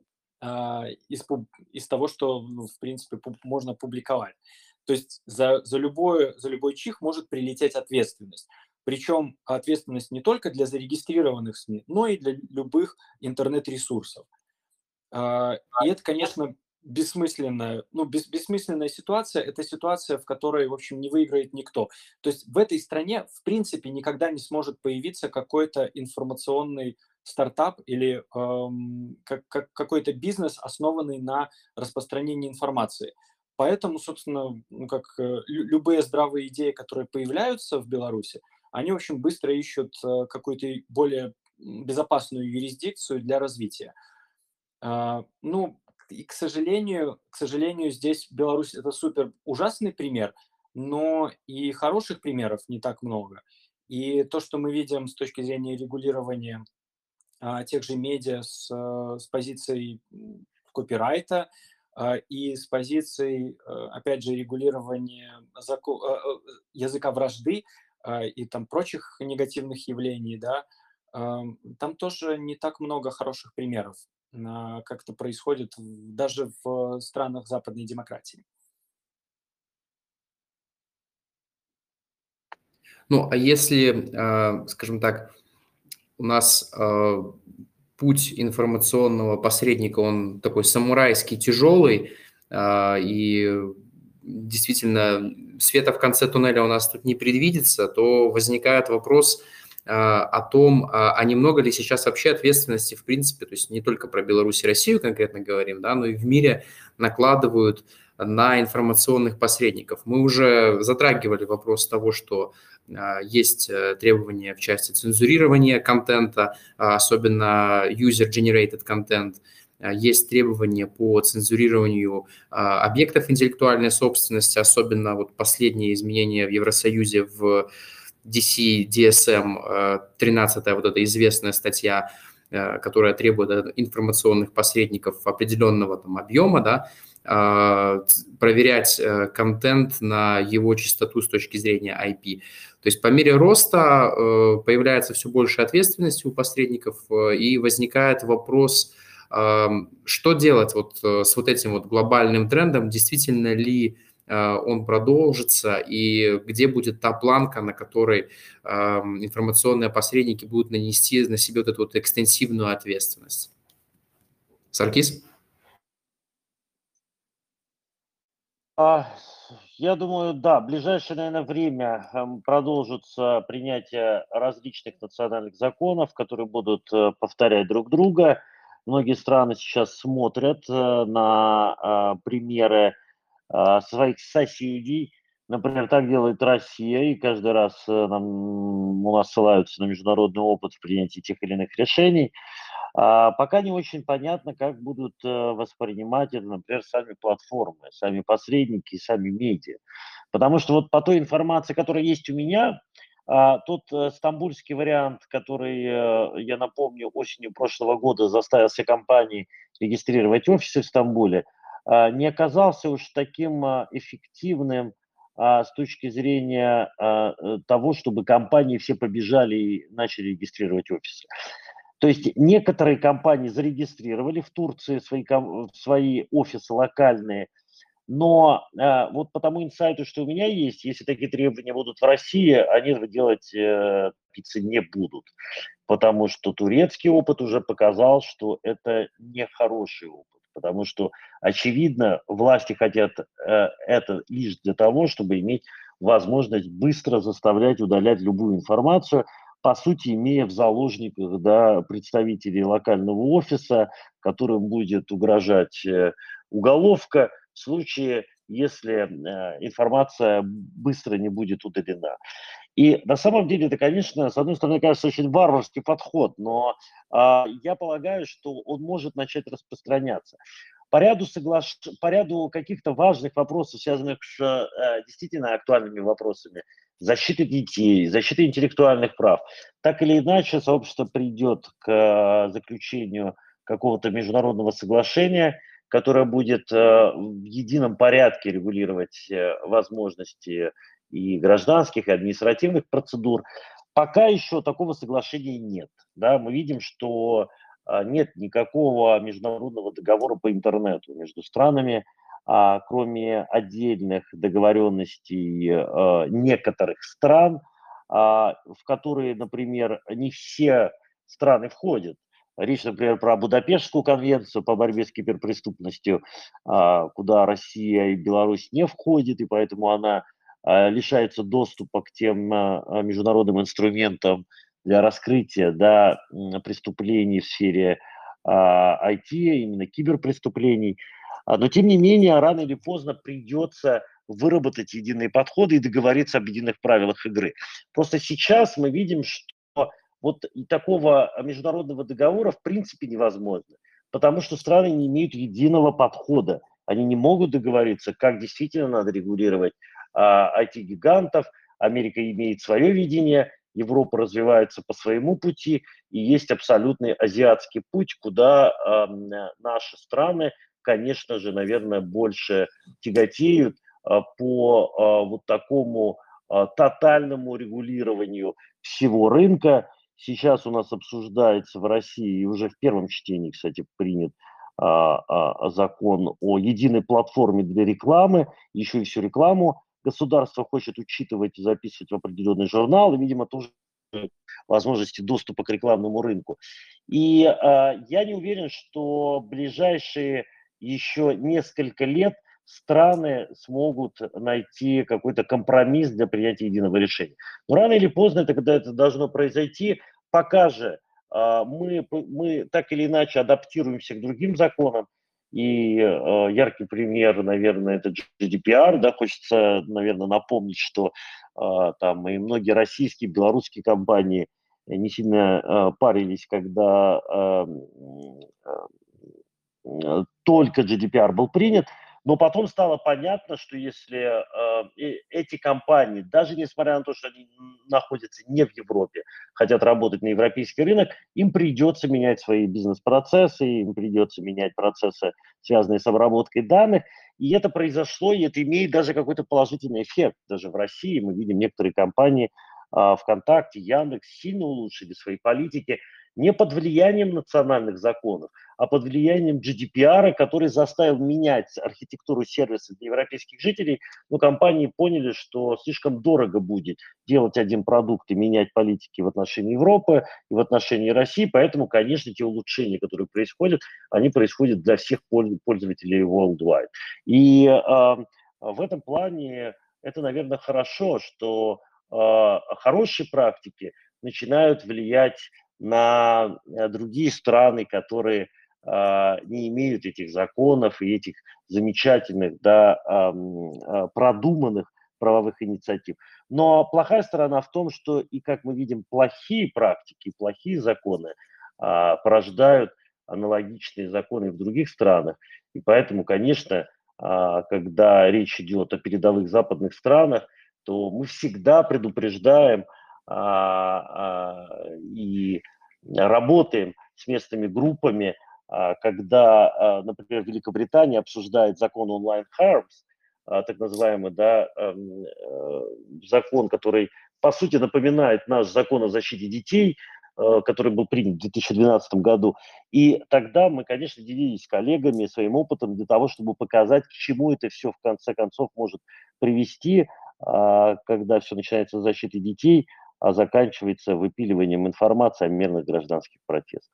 а, из, пуб- из того, что, ну, в принципе, пуб- можно публиковать. То есть за, за, любое, за любой чих может прилететь ответственность. Причем ответственность не только для зарегистрированных СМИ, но и для любых интернет-ресурсов. А, И это, конечно, бессмысленная, ну, бес- бессмысленная ситуация. Это ситуация, в которой, в общем, не выиграет никто. То есть в этой стране, в принципе, никогда не сможет появиться какой-то информационный стартап или эм, как- как- какой-то бизнес, основанный на распространении информации. Поэтому, собственно, ну, как э, лю- любые здравые идеи, которые появляются в Беларуси, они, в общем, быстро ищут э, какую-то более м, безопасную юрисдикцию для развития. А, ну, и, к сожалению, к сожалению, здесь Беларусь- это супер ужасный пример, но и хороших примеров не так много. И то, что мы видим с точки зрения регулирования, а, тех же медиа с, э, с позицией, м, копирайта, а, и с позицией, э, опять же, регулирования зако э, э, языка вражды, а, и там прочих негативных явлений, да, ам, там тоже не так много хороших примеров, на как это происходит в даже в странах западной демократии. Ну, а если, а, скажем так, у нас а, путь информационного посредника, он такой самурайский, тяжелый, а, и действительно света в конце туннеля у нас тут не предвидится, то возникает вопрос а, о том, а, а немного ли сейчас вообще ответственности, в принципе, то есть не только про Беларусь и Россию конкретно говорим, да, но и в мире накладывают на информационных посредников. Мы уже затрагивали вопрос того, что есть требования в части цензурирования контента, особенно user-generated content. Есть требования по цензурированию объектов интеллектуальной собственности, особенно вот последние изменения в Евросоюзе в ди си ди эс эм тринадцать, вот эта известная статья, которая требует от информационных посредников определенного там объема, да, проверять контент на его чистоту с точки зрения ай пи. То есть по мере роста появляется все больше ответственности у посредников, и возникает вопрос, что делать вот с вот этим вот глобальным трендом, действительно ли он продолжится, и где будет та планка, на которой информационные посредники будут нанести на себе вот эту вот экстенсивную ответственность. Саркис? Я думаю, да, в ближайшее, наверное, время продолжится принятие различных национальных законов, которые будут повторять друг друга. Многие страны сейчас смотрят на примеры своих соседей. Например, так делает Россия, и каждый раз нам, у нас ссылаются на международный опыт в принятии тех или иных решений. А пока не очень понятно, как будут воспринимать это, например, сами платформы, сами посредники, сами медиа. Потому что вот по той информации, которая есть у меня, тот стамбульский вариант, который, я напомню, осенью прошлого года заставил все компании регистрировать офисы в Стамбуле, не оказался уж таким эффективным с точки зрения того, чтобы компании все побежали и начали регистрировать офисы. То есть некоторые компании зарегистрировали в Турции свои, свои офисы локальные, но э, вот по тому инсайту, что у меня есть, если такие требования будут в России, они этого делать э, пиццы не будут, потому что турецкий опыт уже показал, что это не хороший опыт, потому что, очевидно, власти хотят э, это лишь для того, чтобы иметь возможность быстро заставлять удалять любую информацию, по сути, имея в заложниках, да, представителей локального офиса, которым будет угрожать э, уголовка в случае, если э, информация быстро не будет удалена. И на самом деле это, конечно, с одной стороны, кажется, очень варварский подход, но э, я полагаю, что он может начать распространяться. По ряду, соглаш... по ряду каких-то важных вопросов, связанных с э, действительно актуальными вопросами, защиты детей, защиты интеллектуальных прав, так или иначе сообщество придет к э, заключению какого-то международного соглашения, которое будет э, в едином порядке регулировать э, возможности и гражданских, и административных процедур. Пока еще такого соглашения нет. Да? Мы видим, что э, нет никакого международного договора по интернету между странами, а, кроме отдельных договоренностей а, некоторых стран, а, в которые, например, не все страны входят. Речь, например, про Будапештскую конвенцию по борьбе с киберпреступностью, а, куда Россия и Беларусь не входят, и поэтому она а, лишается доступа к тем а, международным инструментам для раскрытия, да, преступлений в сфере а, ай ти, именно киберпреступлений. Но, тем не менее, рано или поздно придется выработать единые подходы и договориться об единых правилах игры. Просто сейчас мы видим, что вот такого международного договора в принципе невозможно, потому что страны не имеют единого подхода. Они не могут договориться, как действительно надо регулировать а, ай ти-гигантов. Америка имеет свое видение, Европа развивается по своему пути, и есть абсолютный азиатский путь, куда а, наши страны, конечно же, наверное, больше тяготеют а, по а, вот такому а, тотальному регулированию всего рынка. Сейчас у нас обсуждается в России, и уже в первом чтении, кстати, принят а, а, закон о единой платформе для рекламы, еще и всю рекламу государство хочет учитывать и записывать в определенный журнал, и, видимо, тоже возможности доступа к рекламному рынку. И э, я не уверен, что ближайшие еще несколько лет страны смогут найти какой-то компромисс для принятия единого решения. Но рано или поздно, это, когда это должно произойти, пока же э, мы, мы так или иначе адаптируемся к другим законам. И э, яркий пример, наверное, это джи ди пи ар. Да, хочется, наверное, напомнить, что э, там и многие российские, белорусские компании не сильно э, парились, когда э, э, только джи ди пи ар был принят, но потом стало понятно, что если э, эти компании, даже несмотря на то, что они находятся не в Европе, хотят работать на европейский рынок, им придется менять свои бизнес-процессы, им придется менять процессы, связанные с обработкой данных. И это произошло, и это имеет даже какой-то положительный эффект. Даже в России мы видим некоторые компании, э, ВКонтакте, Яндекс, сильно улучшили свои политики не под влиянием национальных законов, а под влиянием джи ди пи ар, который заставил менять архитектуру сервиса для европейских жителей. Но компании поняли, что слишком дорого будет делать один продукт и менять политики в отношении Европы и в отношении России. Поэтому, конечно, те улучшения, которые происходят, они происходят для всех пользователей worldwide. И э, в этом плане это, наверное, хорошо, что э, хорошие практики начинают влиять на другие страны, которые э, не имеют этих законов и этих замечательных, да, э, продуманных правовых инициатив. Но плохая сторона в том, что и, как мы видим, плохие практики, плохие законы э, порождают аналогичные законы в других странах. И поэтому, конечно, э, когда речь идет о передовых западных странах, то мы всегда предупреждаем а, а, и работаем с местными группами, а, когда, а, например, Великобритания обсуждает закон online harms, а, так называемый, да, а, а, закон, который по сути напоминает наш закон о защите детей, а, который был принят в две тысячи двенадцатом году. И тогда мы, конечно, делились с коллегами своим опытом для того, чтобы показать, к чему это все в конце концов может привести, а, когда все начинается с защиты детей, а заканчивается выпиливанием информации о мирных гражданских протестах.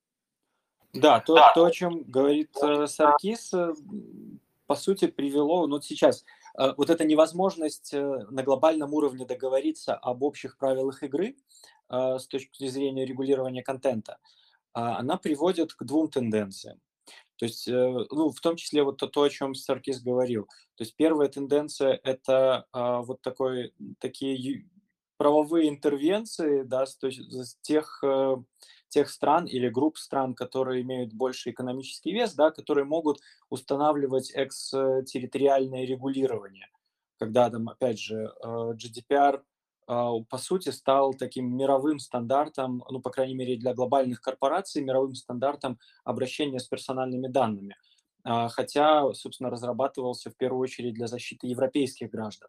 Да, то, то о чем говорит э, Саркис, э, по сути, привело, ну, вот сейчас, э, вот эта невозможность э, на глобальном уровне договориться об общих правилах игры э, с точки зрения регулирования контента, э, она приводит к двум тенденциям. То есть, э, ну, в том числе вот то, то, о чем Саркис говорил. То есть первая тенденция – это э, вот такой, такие ю- правовые интервенции, да, с, то есть, с тех, э, тех стран или групп стран, которые имеют больше экономический вес, да, которые могут устанавливать экстерриториальное регулирование. Когда там, опять же, э, джи ди пи ар а, по сути, стал таким мировым стандартом, ну, по крайней мере, для глобальных корпораций, мировым стандартом обращения с персональными данными. А, Хотя, собственно, разрабатывался в первую очередь для защиты европейских граждан.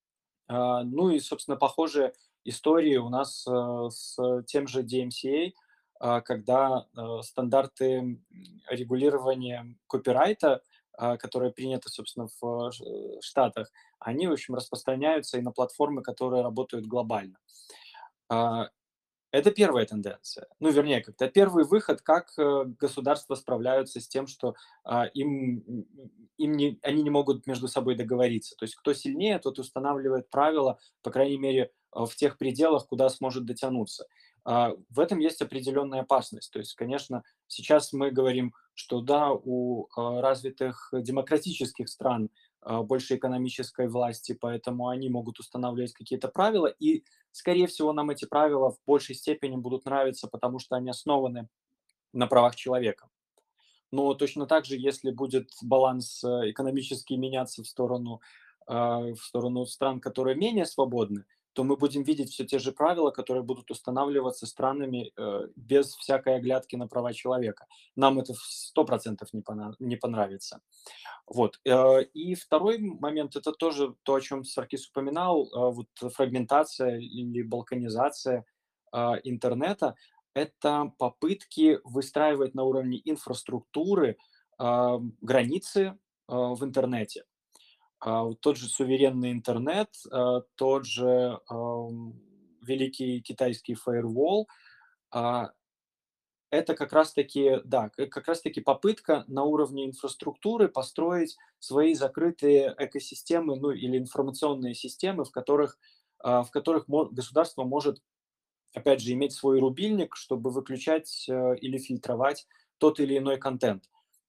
А, Ну и, собственно, похожие истории у нас э, с тем же ди эм си эй, а, когда э, стандарты м, регулирования копирайта, а, которые приняты, собственно, в Ш- э, Штатах, они, в общем, распространяются и на платформы, которые работают глобально. А, Это первая тенденция. Ну, вернее, как-то первый выход, как э, государства справляются с тем, что а, им, им не, они не могут между собой договориться. То есть кто сильнее, тот устанавливает правила, по крайней мере, э, в тех пределах, куда сможет дотянуться. А, В этом есть определенная опасность. То есть, конечно, сейчас мы говорим, что да, у э, развитых демократических стран э, больше экономической власти, поэтому они могут устанавливать какие-то правила, и скорее всего, нам эти правила в большей степени будут нравиться, потому что они основаны на правах человека. Но точно так же, если будет баланс э, экономически меняться в сторону, э, в сторону стран, которые менее свободны, то мы будем видеть все те же правила, которые будут устанавливаться странами э, без всякой оглядки на права человека. Нам это в сто процентов не, пона- не понравится. Вот. э, И второй момент – это тоже то, о чем Саркис упоминал, э, вот фрагментация или балканизация а, интернета. Это попытки выстраивать на уровне инфраструктуры а, границы а, в интернете. А, вот Тот же суверенный интернет, а, тот же ам, великий китайский фаервол, а, это как раз-таки, да, к как раз-таки попытка на уровне инфраструктуры построить свои закрытые экосистемы, ну, или информационные системы, в которых, а, в которых мо государство может, опять же, иметь свой рубильник, чтобы выключать, э, или фильтровать тот или иной контент.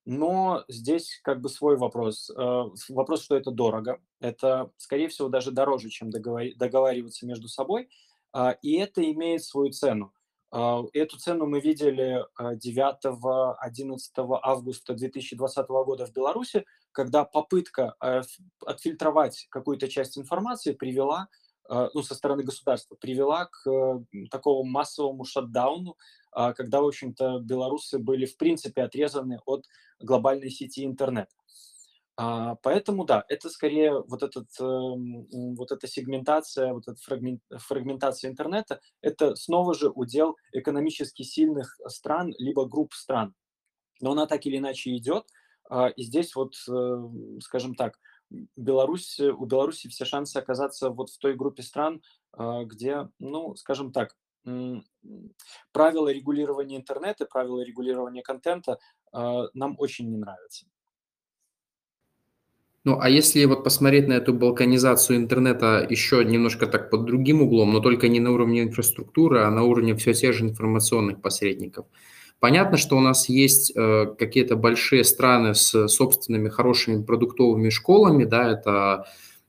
но здесь как бы свой вопрос. Э, Вопрос, что это дорого. Это, скорее всего, даже дороже, чем договори- договариваться между собой. А, И это имеет свою цену. А, Эту цену мы видели а, девятого-одиннадцатого августа две тысячи двадцатого года в Беларуси, когда попытка а, ф- отфильтровать какую-то часть информации привела, а, ну, со стороны государства, привела к э, м, такому массовому шатдауну, а, когда, в общем-то, белорусы были в принципе отрезаны от глобальной сети интернет. А, Поэтому да, это скорее вот, этот, эм, м, вот эта сегментация, вот эта фрагмен- фрагментация интернета, это снова же удел экономически сильных стран, либо групп стран. Но она так или иначе идет. А, И здесь вот, э, скажем так, м, Беларусь, у Беларуси все шансы оказаться вот в той группе стран, а, где, ну, скажем так, м, м, правила регулирования интернета, правила регулирования контента а, нам очень не нравятся. Ну, а если вот посмотреть на эту балканизацию интернета еще немножко так под другим углом, но только не на уровне инфраструктуры, а на уровне все тех же информационных посредников. Понятно, что у нас есть э, какие-то большие страны с собственными хорошими продуктовыми школами, да, это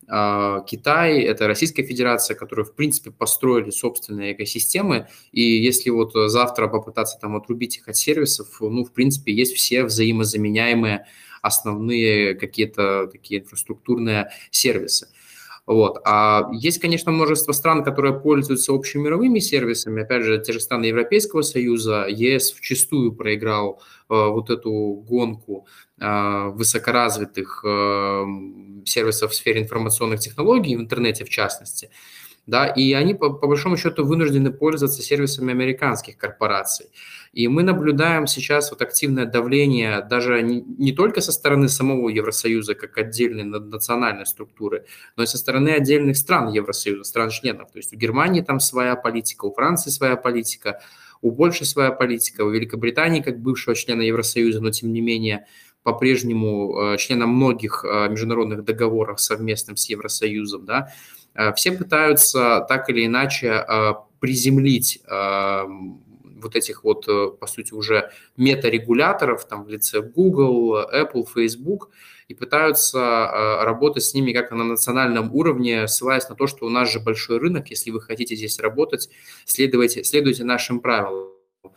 а, Китай, это Российская Федерация, которые, в принципе, построили собственные экосистемы, и если вот завтра попытаться там отрубить их от сервисов, ну, в принципе, есть все взаимозаменяемые основные какие-то такие инфраструктурные сервисы. Вот. А есть, конечно, множество стран, которые пользуются общемировыми сервисами. Опять же, те же страны Европейского Союза, ЕС вчастую проиграл э, вот эту гонку э, высокоразвитых э, сервисов в сфере информационных технологий, в интернете в частности. Да, и они, по, по большому счету, вынуждены пользоваться сервисами американских корпораций. И мы наблюдаем сейчас вот активное давление даже не, не только со стороны самого Евросоюза, как отдельной национальной структуры, но и со стороны отдельных стран Евросоюза, стран-членов. То есть у Германии там своя политика, у Франции своя политика, у Польши своя политика, у Великобритании, как бывшего члена Евросоюза, но тем не менее по-прежнему э, членом многих э, международных договоров совместным с Евросоюзом, да, э, все пытаются так или иначе э, приземлить э, вот этих вот, э, по сути, уже метарегуляторов там в лице Google, Apple, Facebook, и пытаются э, работать с ними как-то на национальном уровне, ссылаясь на то, что у нас же большой рынок, если вы хотите здесь работать, следуйте, следуйте нашим правилам.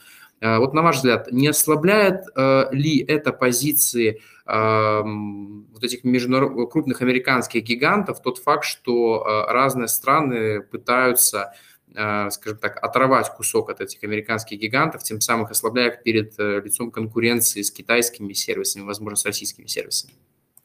Э, Вот на ваш взгляд, не ослабляет э, ли это позиции э, вот этих международных крупных американских гигантов тот факт, что э, разные страны пытаются, э, скажем так, оторвать кусок от этих американских гигантов, тем самым их ослабляя их перед э, лицом конкуренции с китайскими сервисами, возможно, с российскими сервисами?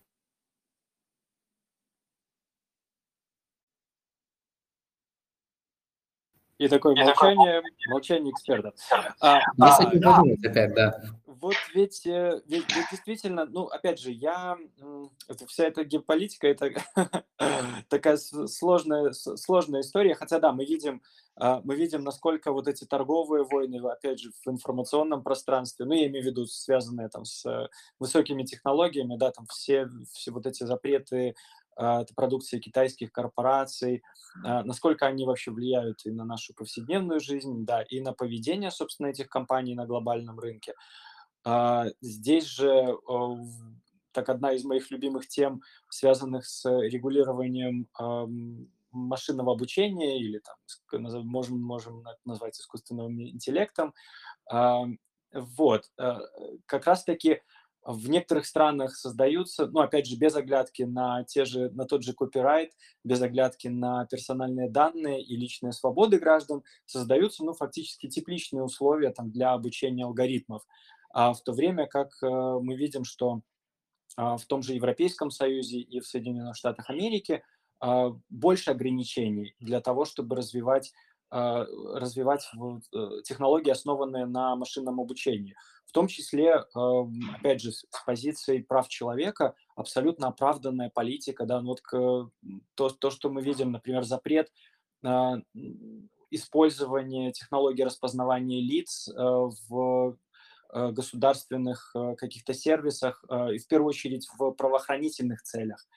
И такое молчание, молчание эксперта. А, Я с да, этим подумать опять, да. вот ведь, э, ведь, ведь действительно, ну, опять же, я, м, это, вся эта геополитика, это такая с- сложная, с- сложная история, хотя да, мы видим, а, мы видим, насколько вот эти торговые войны, опять же, в информационном пространстве, ну, я имею в виду, связанные там с э, высокими технологиями, да, там все, все вот эти запреты а, это продукции китайских корпораций, а, насколько они вообще влияют и на нашу повседневную жизнь, да, и на поведение, собственно, этих компаний на глобальном рынке. А, здесь же, э, в так одна из моих любимых тем, связанных с регулированием, ам, машинного обучения или там ск назов можем можем это назвать искусственным интеллектом. Ам, вот, э, как раз таки в некоторых странах создаются, ну, опять же, без оглядки на те же на тот же копирайт, без оглядки на персональные данные и личные свободы граждан, создаются, ну, фактически тепличные условия там для обучения алгоритмов. А в то время как, э, мы видим, что, а, в том же Европейском Союзе и в Соединенных Штатах Америки, а, больше ограничений для того, чтобы развивать, а, развивать вот, э, технологии, основанные на машинном обучении. В том числе, ам, опять же, с с позиции прав человека абсолютно оправданная политика, да, ну вот к м, то то, что мы видим, например, запрет, а, м, использования технологии распознавания лиц, э, в э, государственных э, каких-то сервисах, э, и в первую очередь в правоохранительных целях.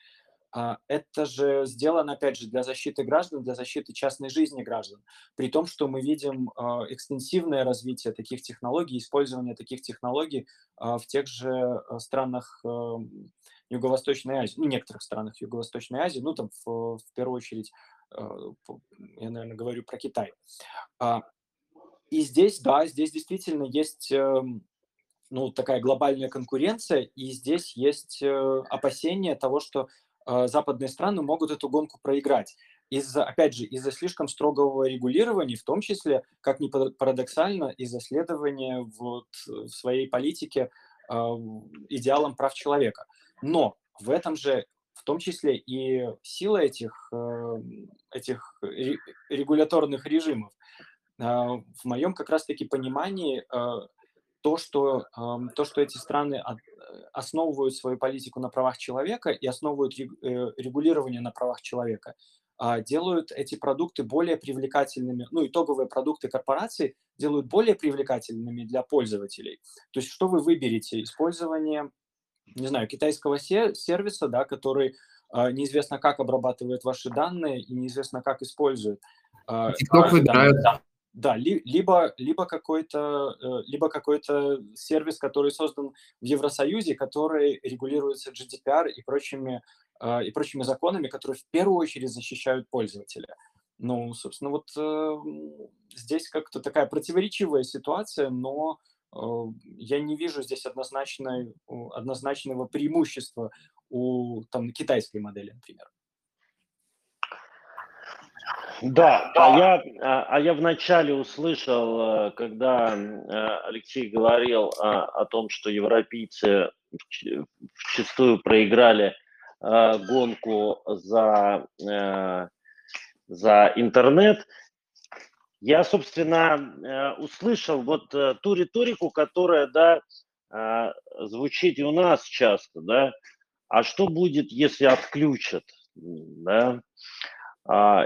А, Это же сделано, опять же, для защиты граждан, для защиты частной жизни граждан. При том, что мы видим а, экстенсивное развитие таких технологий, использование таких технологий а, в тех же а, странах а, Юго-Восточной Азии, ну, некоторых странах Юго-Восточной Азии, ну, там, в, в первую очередь, а, по- я, наверное, говорю про Китай. А, И здесь, да, здесь действительно есть эм, ну, такая глобальная конкуренция, и здесь есть э, опасения того, что э, западные страны могут эту гонку проиграть. Из-за, опять же, из-за слишком строгого регулирования, в том числе, как ни пара- парадоксально, из-за следования вот в своей политике э, идеалам прав человека. Но в этом же, в том числе, и сила этих, э, этих ре- регуляторных режимов. А, В моем как раз-таки понимании э, то, что, ам, то, что эти страны от- э, основывают свою политику на правах человека и основывают рег- э, регулирование на правах человека, а, делают эти продукты более привлекательными, ну, итоговые продукты корпораций делают более привлекательными для пользователей. То есть что вы выберете? Использование, не знаю, китайского се- сервиса, да, который а, неизвестно как обрабатывает ваши данные и неизвестно как использует а, TikTok эти данные. выбирают. Да, ли- либо, либо какой-то, э, либо какой-то сервис, который создан в Евросоюзе, который регулируется джи ди пи ар и прочими, э, и прочими законами, которые в первую очередь защищают пользователя. Ну, собственно, вот э, м, здесь как-то такая противоречивая ситуация, но э, я не вижу здесь однозначной, у- однозначного преимущества у там, китайской модели, например. Да, а я, а, а я вначале услышал, э, когда э, Алексей говорил о, о том, что европейцы вч- вчастую проиграли э, гонку за, э, за интернет. Я, собственно, э, услышал вот э, ту риторику, которая, да, э, звучит и у нас часто, да, а что будет, если отключат, м, да? А,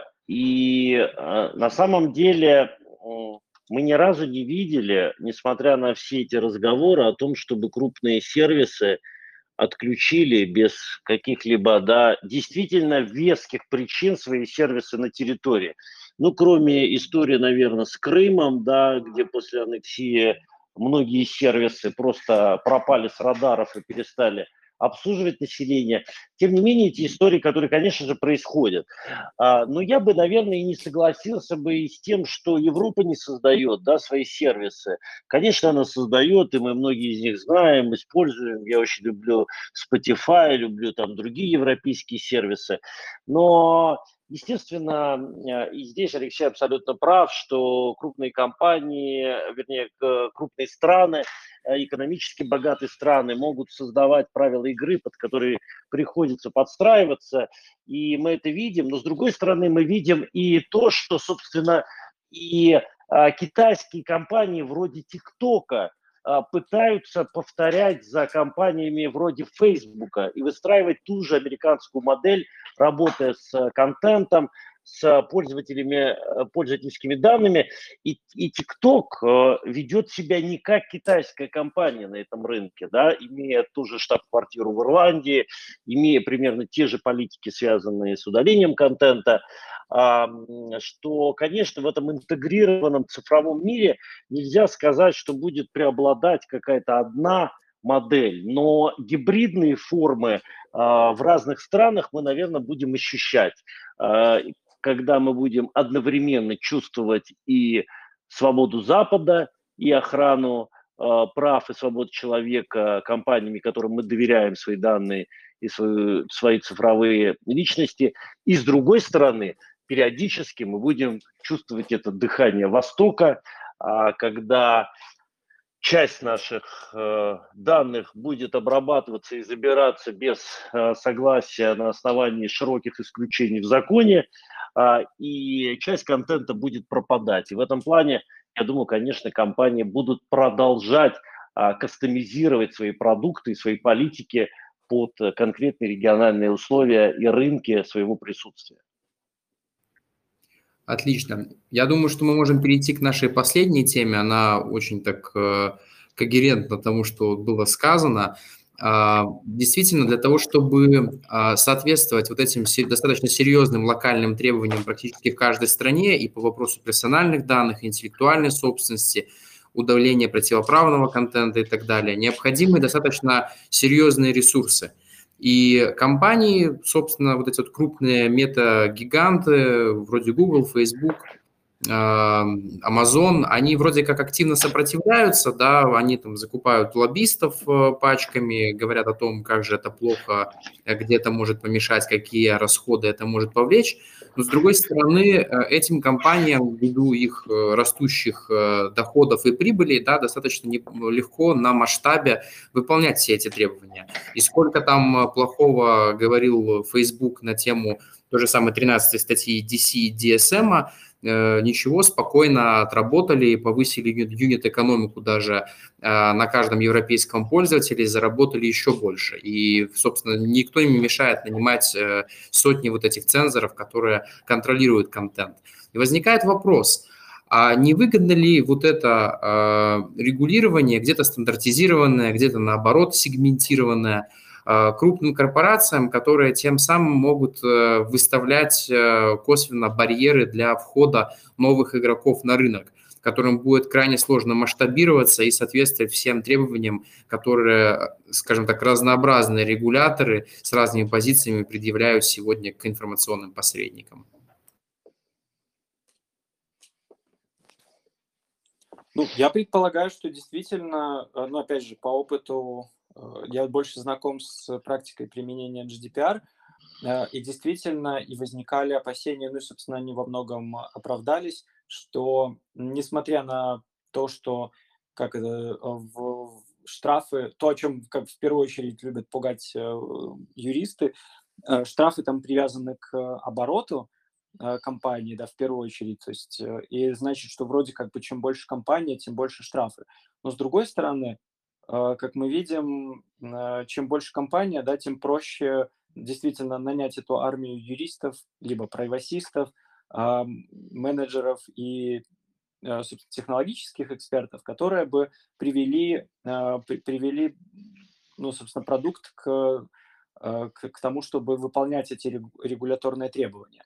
И а, на самом деле м, мы ни разу не видели, несмотря на все эти разговоры о том, чтобы крупные сервисы отключили без каких-либо, да, действительно веских причин свои сервисы на территории. Ну, кроме истории, наверное, с Крымом, да, где после аннексии многие сервисы просто пропали с радаров и перестали обслуживать население. Тем не менее, эти истории, которые, конечно же, происходят. А, но я бы, наверное, и не согласился бы и с тем, что Европа не создает, да, свои сервисы. Конечно, она создает, и мы многие из них знаем, используем. Я очень люблю Spotify, люблю там другие европейские сервисы. Но, естественно, э, и здесь Алексей абсолютно прав, что крупные компании, вернее, к- крупные страны, э, экономически богатые страны могут создавать правила игры, под которые приходится подстраиваться, и мы это видим. Но, с другой стороны, мы видим и то, что, собственно, и а, китайские компании вроде ТикТока а, пытаются повторять за компаниями вроде Фейсбука и выстраивать ту же американскую модель, работая с э, контентом, с пользователями, э, пользовательскими данными. И, и TikTok э, ведет себя не как китайская компания на этом рынке, да, имея ту же штаб-квартиру в Ирландии, имея примерно те же политики, связанные с удалением контента, а, что, конечно, в этом интегрированном цифровом мире нельзя сказать, что будет преобладать какая-то одна модель, но гибридные формы а, в разных странах мы, наверное, будем ощущать, а, когда мы будем одновременно чувствовать и свободу Запада, и охрану а, прав и свобод человека компаниями, которым мы доверяем свои данные и свою, свои цифровые личности, и с другой стороны, периодически мы будем чувствовать это дыхание Востока, а, когда часть наших э, данных будет обрабатываться и забираться без э, согласия на основании широких исключений в законе, а, и часть контента будет пропадать. И в этом плане, я думаю, конечно, компании будут продолжать а, кастомизировать свои продукты и свои политики под э, конкретные региональные условия и рынки своего присутствия. Отлично. Я думаю, что мы можем перейти к нашей последней теме. Она очень так э, когерентна тому, что было сказано. Действительно, для того, чтобы соответствовать вот этим достаточно серьезным локальным требованиям практически в каждой стране и по вопросу персональных данных, интеллектуальной собственности, удаления противоправного контента и так далее, необходимы достаточно серьезные ресурсы. И компании, собственно, вот эти вот крупные мета-гиганты, вроде Google, Facebook, Amazon, они вроде как активно сопротивляются, да, они там закупают лоббистов пачками, говорят о том, как же это плохо, где это может помешать, какие расходы это может повлечь. Но, с другой стороны, этим компаниям, ввиду их растущих доходов и прибылей, да, достаточно легко на масштабе выполнять все эти требования. И сколько там плохого говорил Facebook на тему той же самой тринадцатой статьи ди си и ди эс эм, ничего, спокойно отработали, повысили юнит-экономику даже на каждом европейском пользователе, заработали еще больше. И, собственно, никто не мешает нанимать сотни вот этих цензоров, которые контролируют контент. И возникает вопрос, а не выгодно ли вот это регулирование, где-то стандартизированное, где-то наоборот сегментированное, крупным корпорациям, которые тем самым могут выставлять косвенно барьеры для входа новых игроков на рынок, которым будет крайне сложно масштабироваться и соответствовать всем требованиям, которые, скажем так, разнообразные регуляторы с разными позициями предъявляют сегодня к информационным посредникам. Ну, я предполагаю, что действительно, ну, опять же, по опыту, я больше знаком с практикой применения джи ди пи ар, и действительно, и возникали опасения, ну и, собственно, они во многом оправдались, что, несмотря на то, что как это, в штрафы, то, о чем как в первую очередь любят пугать юристы, штрафы там привязаны к обороту компании, да, в первую очередь, то есть, и значит, что вроде как бы чем больше компания, тем больше штрафы. Но с другой стороны, как мы видим, чем больше компания, да, тем проще действительно нанять эту армию юристов, либо прайвасистов, менеджеров и технологических экспертов, которые бы привели, привели, ну, собственно, продукт к, к, к тому, чтобы выполнять эти регуляторные требования.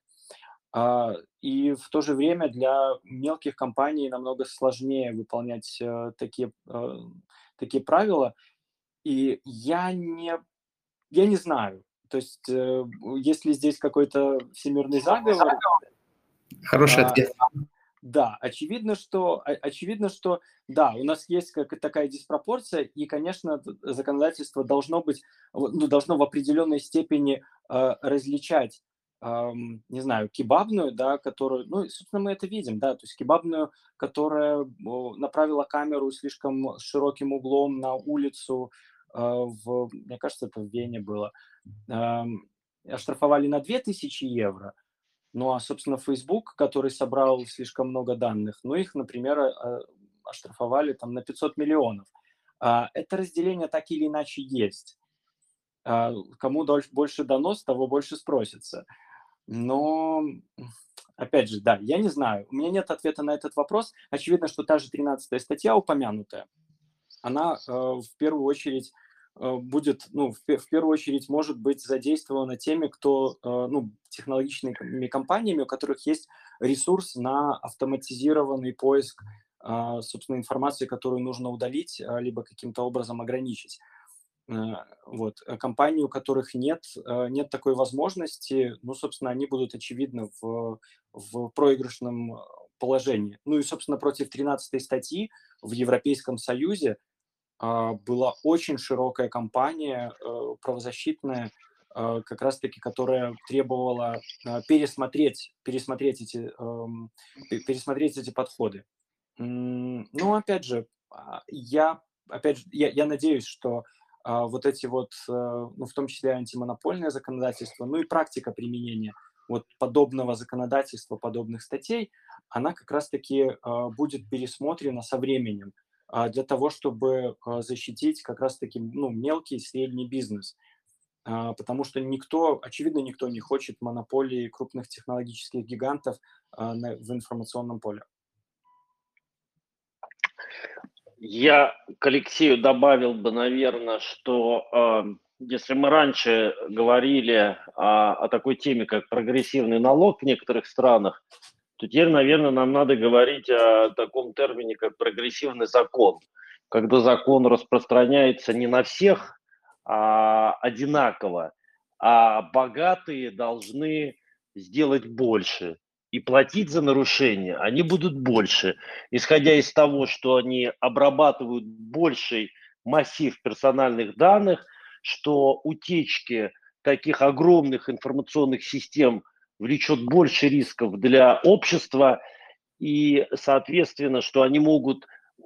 И в то же время для мелких компаний намного сложнее выполнять такие, такие правила. И я не, я не знаю, то есть есть ли здесь какой-то всемирный заговор? Хороший ответ. Да, очевидно, что, очевидно, что да, у нас есть как такая диспропорция, и, конечно, законодательство должно быть, ну, должно в определенной степени э, различать, э, не знаю, кебабную, да, которую, ну, собственно, мы это видим, да, то есть кебабную, которая направила камеру слишком широким углом на улицу, э, в, мне кажется, это в Вене было, э, оштрафовали на две тысячи евро. Ну, а, собственно, Facebook, который собрал слишком много данных, ну, их, например, оштрафовали там на пятьсот миллионов. Это разделение так или иначе есть. Кому больше донос, того больше спросится. Но, опять же, да, я не знаю. У меня нет ответа на этот вопрос. Очевидно, что та же тринадцатая статья упомянутая, она в первую очередь будет, ну, в, в первую очередь может быть задействована теми, кто, ну, технологичными компаниями, у которых есть ресурс на автоматизированный поиск, собственно, информации, которую нужно удалить, либо каким-то образом ограничить. Вот. Компании, у которых нет, нет такой возможности, ну, собственно, они будут, очевидно, в, в проигрышном положении. Ну и, собственно, против тринадцатой статьи в Европейском Союзе была очень широкая кампания правозащитная, как раз-таки, которая требовала пересмотреть, пересмотреть, эти, пересмотреть эти подходы. Ну, опять же, я, опять же, я, я надеюсь, что вот эти вот, ну, в том числе антимонопольное законодательство, ну и практика применения вот подобного законодательства, подобных статей, она как раз-таки будет пересмотрена со временем, для того, чтобы защитить как раз-таки, ну, мелкий и средний бизнес. Потому что никто, очевидно, никто не хочет монополии крупных технологических гигантов в информационном поле. Я к Алексею добавил бы, наверное, что э, если мы раньше говорили о, о такой теме, как прогрессивный налог в некоторых странах, то теперь, наверное, нам надо говорить о таком термине, как прогрессивный закон, когда закон распространяется не на всех а, одинаково, а богатые должны сделать больше. И платить за нарушения они будут больше, исходя из того, что они обрабатывают больший массив персональных данных, что утечки таких огромных информационных систем влечет больше рисков для общества, и, соответственно, что они могут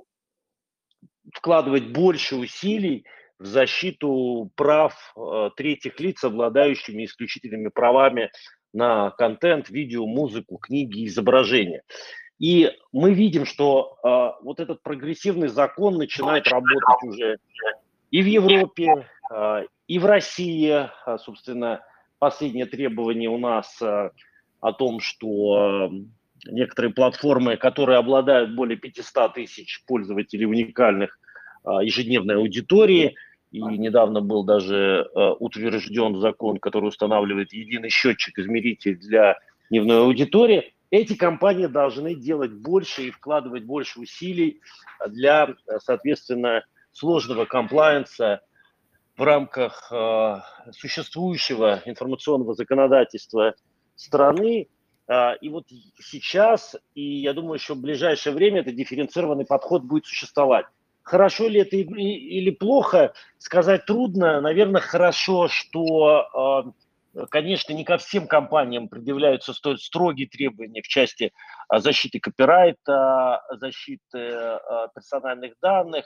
вкладывать больше усилий в защиту прав э, третьих лиц, обладающими исключительными правами на контент, видео, музыку, книги, изображения. И мы видим, что э, вот этот прогрессивный закон начинает работать уже и в Европе, э, и в России. А, собственно, последнее требование у нас э, о том, что э, некоторые платформы, которые обладают более пятьсот тысяч пользователей уникальных э, ежедневной аудитории, и недавно был даже э, утвержден закон, который устанавливает единый счетчик-измеритель для дневной аудитории, эти компании должны делать больше и вкладывать больше усилий для, соответственно, сложного комплаенса в рамках э, существующего информационного законодательства страны. Э, и вот сейчас, и я думаю, еще в ближайшее время этот дифференцированный подход будет существовать. Хорошо ли это или плохо, сказать трудно. Наверное, хорошо, что, конечно, не ко всем компаниям предъявляются столь строгие требования в части защиты копирайта, защиты персональных данных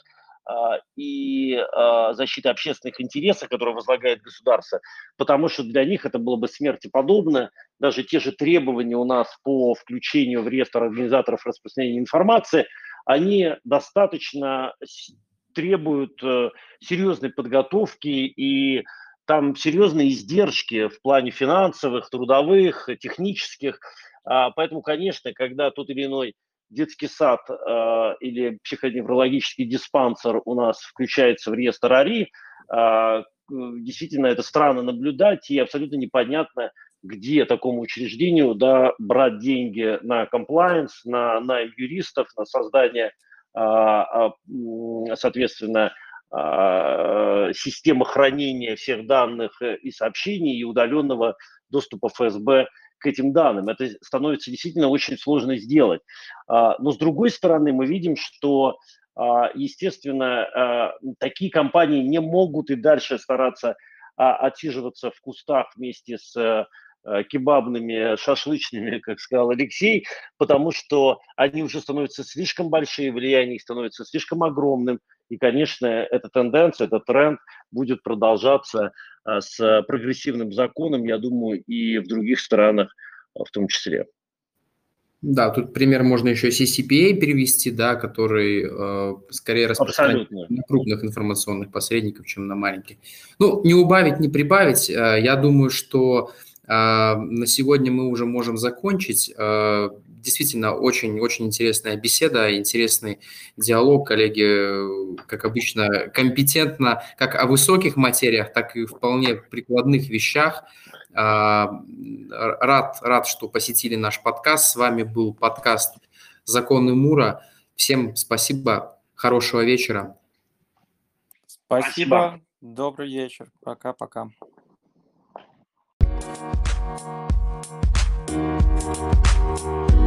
и защиты общественных интересов, которые возлагает государство, потому что для них это было бы смерти подобно. Даже те же требования у нас по включению в реестр организаторов распространения информации, они достаточно требуют э, серьезной подготовки, и там серьезные издержки в плане финансовых, трудовых, технических. А, поэтому, конечно, когда тот или иной детский сад э, или психоневрологический диспансер у нас включается в реестр АРИ, э, действительно это странно наблюдать, и абсолютно непонятно, где такому учреждению да, брать деньги на комплаенс, на найм юристов, на создание, соответственно, системы хранения всех данных и сообщений и удаленного доступа эф эс бэ к этим данным. Это становится действительно очень сложно сделать. Но с другой стороны, мы видим, что, естественно, такие компании не могут и дальше стараться отсиживаться в кустах вместе с кебабными, шашлычными, как сказал Алексей, потому что они уже становятся слишком большие, влияние их становится слишком огромным. И, конечно, эта тенденция, этот тренд будет продолжаться с прогрессивным законом, я думаю, и в других странах в том числе. Да, тут пример можно еще си си пи эй перевести, да, который э, скорее распространяется на крупных информационных посредников, чем на маленьких. Ну, не убавить, не прибавить. Э, я думаю, что э, на сегодня мы уже можем закончить. Э, действительно, очень-очень интересная беседа, интересный диалог. Коллеги, как обычно, компетентно как о высоких материях, так и вполне прикладных вещах. Рад, рад, что посетили наш подкаст. С вами был подкаст «Законы Мура». Всем спасибо, хорошего вечера. Спасибо, спасибо. Добрый вечер. Пока-пока. Thank you.